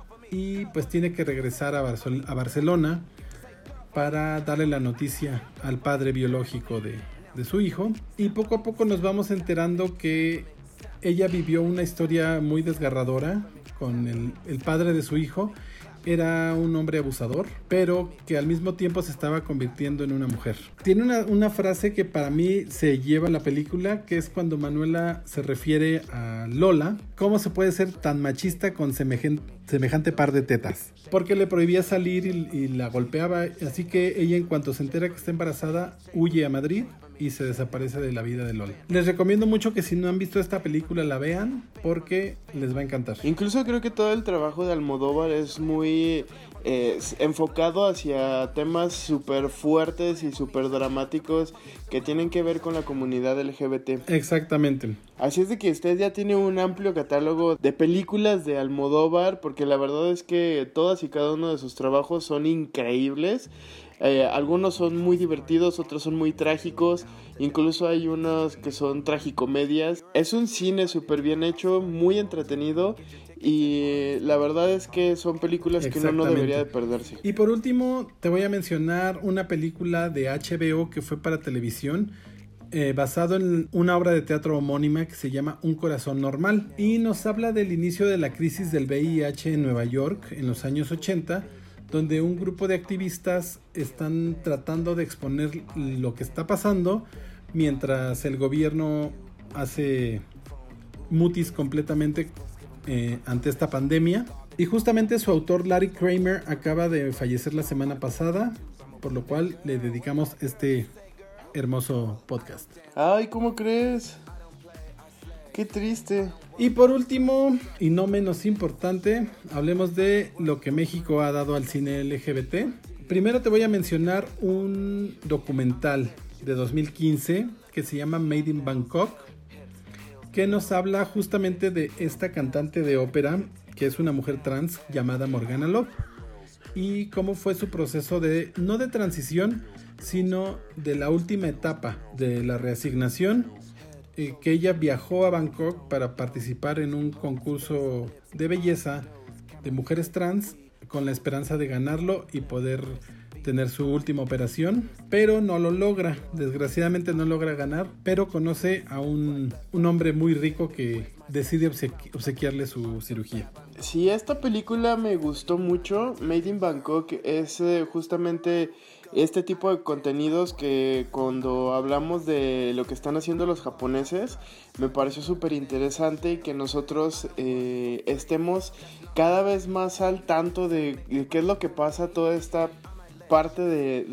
y pues tiene que regresar a Barcelona para darle la noticia al padre biológico de su hijo. Y poco a poco nos vamos enterando que ella vivió una historia muy desgarradora con el padre de su hijo. Era un hombre abusador, pero que al mismo tiempo se estaba convirtiendo en una mujer. Tiene una frase que para mí se lleva la película, que es cuando Manuela se refiere a Lola: ¿cómo se puede ser tan machista con semejante par de tetas? Porque le prohibía salir y la golpeaba, así que ella, en cuanto se entera que está embarazada, huye a Madrid y se desaparece de la vida de Lola. Les recomiendo mucho que si no han visto esta película la vean porque les va a encantar. Incluso creo que todo el trabajo de Almodóvar es muy enfocado hacia temas súper fuertes y súper dramáticos que tienen que ver con la comunidad LGBT. Exactamente. Así es de que usted ya tiene un amplio catálogo de películas de Almodóvar, porque la verdad es que todas y cada uno de sus trabajos son increíbles. Algunos son muy divertidos, otros son muy trágicos, incluso hay unos que son tragicomedias. Es un cine súper bien hecho, muy entretenido, y la verdad es que son películas que uno no debería de perderse. Y por último te voy a mencionar una película de HBO que fue para televisión, basado en una obra de teatro homónima que se llama Un corazón normal, y nos habla del inicio de la crisis del VIH en Nueva York en los años 80, donde un grupo de activistas están tratando de exponer lo que está pasando mientras el gobierno hace mutis completamente ante esta pandemia. Y justamente su autor, Larry Kramer, acaba de fallecer la semana pasada, por lo cual le dedicamos este hermoso podcast. Ay, ¿cómo crees? Qué triste. Y por último, y no menos importante, hablemos de lo que México ha dado al cine LGBT. Primero te voy a mencionar un documental de 2015 que se llama Made in Bangkok, que nos habla justamente de esta cantante de ópera, que es una mujer trans llamada Morgana Love, y cómo fue su proceso no de transición, sino de la última etapa de la reasignación, que ella viajó a Bangkok para participar en un concurso de belleza de mujeres trans con la esperanza de ganarlo y poder tener su última operación, pero no lo logra. Desgraciadamente no logra ganar, pero conoce a un hombre muy rico que decide obsequiarle su cirugía. Sí, esta película me gustó mucho. Made in Bangkok es justamente este tipo de contenidos que, cuando hablamos de lo que están haciendo los japoneses, me pareció súper interesante, y que nosotros estemos cada vez más al tanto de qué es lo que pasa, toda esta parte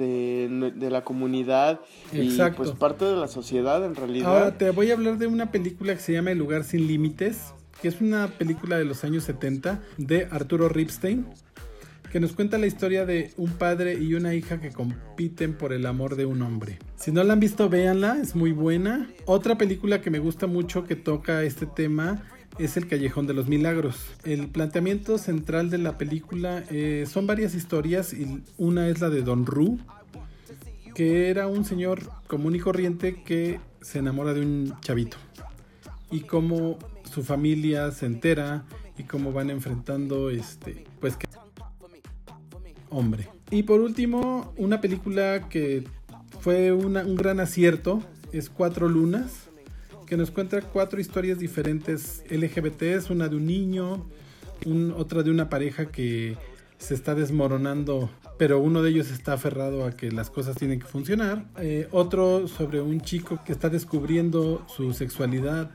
de la comunidad. Exacto. Y pues parte de la sociedad en realidad. Ahora te voy a hablar de una película que se llama El lugar sin límites, que es una película de los años 70 de Arturo Ripstein, que nos cuenta la historia de un padre y una hija que compiten por el amor de un hombre. Si no la han visto, véanla, es muy buena. Otra película que me gusta mucho que toca este tema es El Callejón de los Milagros. El planteamiento central de la película son varias historias, y una es la de Don Ru, que era un señor común y corriente que se enamora de un chavito, y cómo su familia se entera y cómo van enfrentando pues que hombre. Y por último, una película que fue un gran acierto es Cuatro Lunas, que nos cuenta 4 historias diferentes LGBTs, una de un niño, otra de una pareja que se está desmoronando, pero uno de ellos está aferrado a que las cosas tienen que funcionar, otro sobre un chico que está descubriendo su sexualidad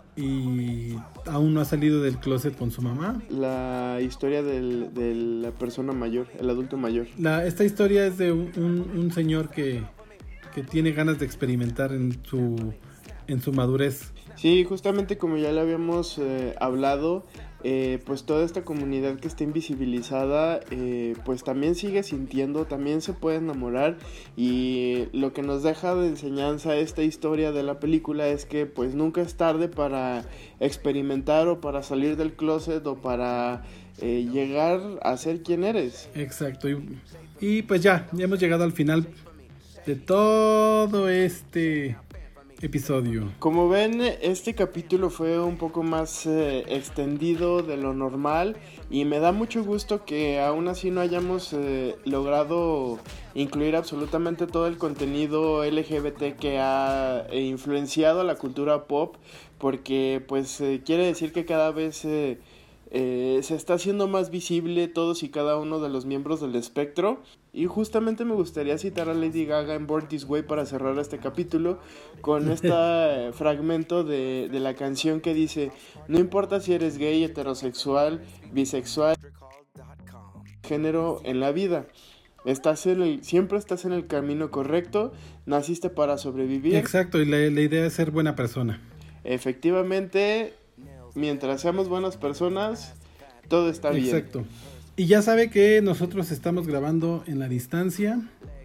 y aún no ha salido del closet con su mamá. La historia de la persona mayor, el adulto mayor. Esta historia es de un señor que tiene ganas de experimentar en su madurez. Sí, justamente como ya le habíamos hablado, pues toda esta comunidad que está invisibilizada, pues también sigue sintiendo, también se puede enamorar, y lo que nos deja de enseñanza esta historia de la película es que pues nunca es tarde para experimentar o para salir del closet o para llegar a ser quien eres. Exacto, y pues ya hemos llegado al final de todo este episodio. Como ven, este capítulo fue un poco más extendido de lo normal, y me da mucho gusto que aún así no hayamos logrado incluir absolutamente todo el contenido LGBT que ha influenciado la cultura pop, porque pues quiere decir que cada vez se está haciendo más visible todos y cada uno de los miembros del espectro. Y justamente me gustaría citar a Lady Gaga en Born This Way para cerrar este capítulo con este fragmento de la canción que dice: no importa si eres gay, heterosexual, bisexual, género en la vida, siempre estás en el camino correcto, naciste para sobrevivir. Exacto, y la idea es ser buena persona. Efectivamente, mientras seamos buenas personas, todo está bien. Exacto. Y ya sabe que nosotros estamos grabando en la distancia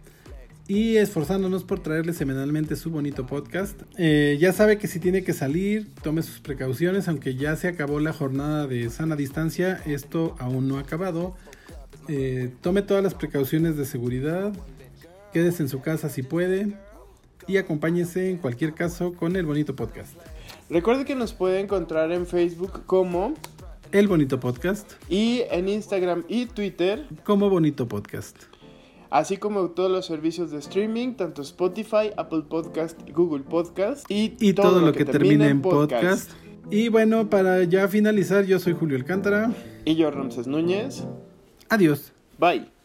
y esforzándonos por traerle semanalmente su bonito podcast. Ya sabe que si tiene que salir, tome sus precauciones, aunque ya se acabó la jornada de sana distancia, esto aún no ha acabado. Tome todas las precauciones de seguridad, quédese en su casa si puede y acompáñese en cualquier caso con el bonito podcast. Recuerde que nos puede encontrar en Facebook como El Bonito Podcast y en Instagram y Twitter como Bonito Podcast, así como todos los servicios de streaming, tanto Spotify, Apple Podcast, Google Podcast y todo lo que termine en podcast. Y bueno, para ya finalizar, yo soy Julio Alcántara y yo Ramses Núñez. Adiós. Bye.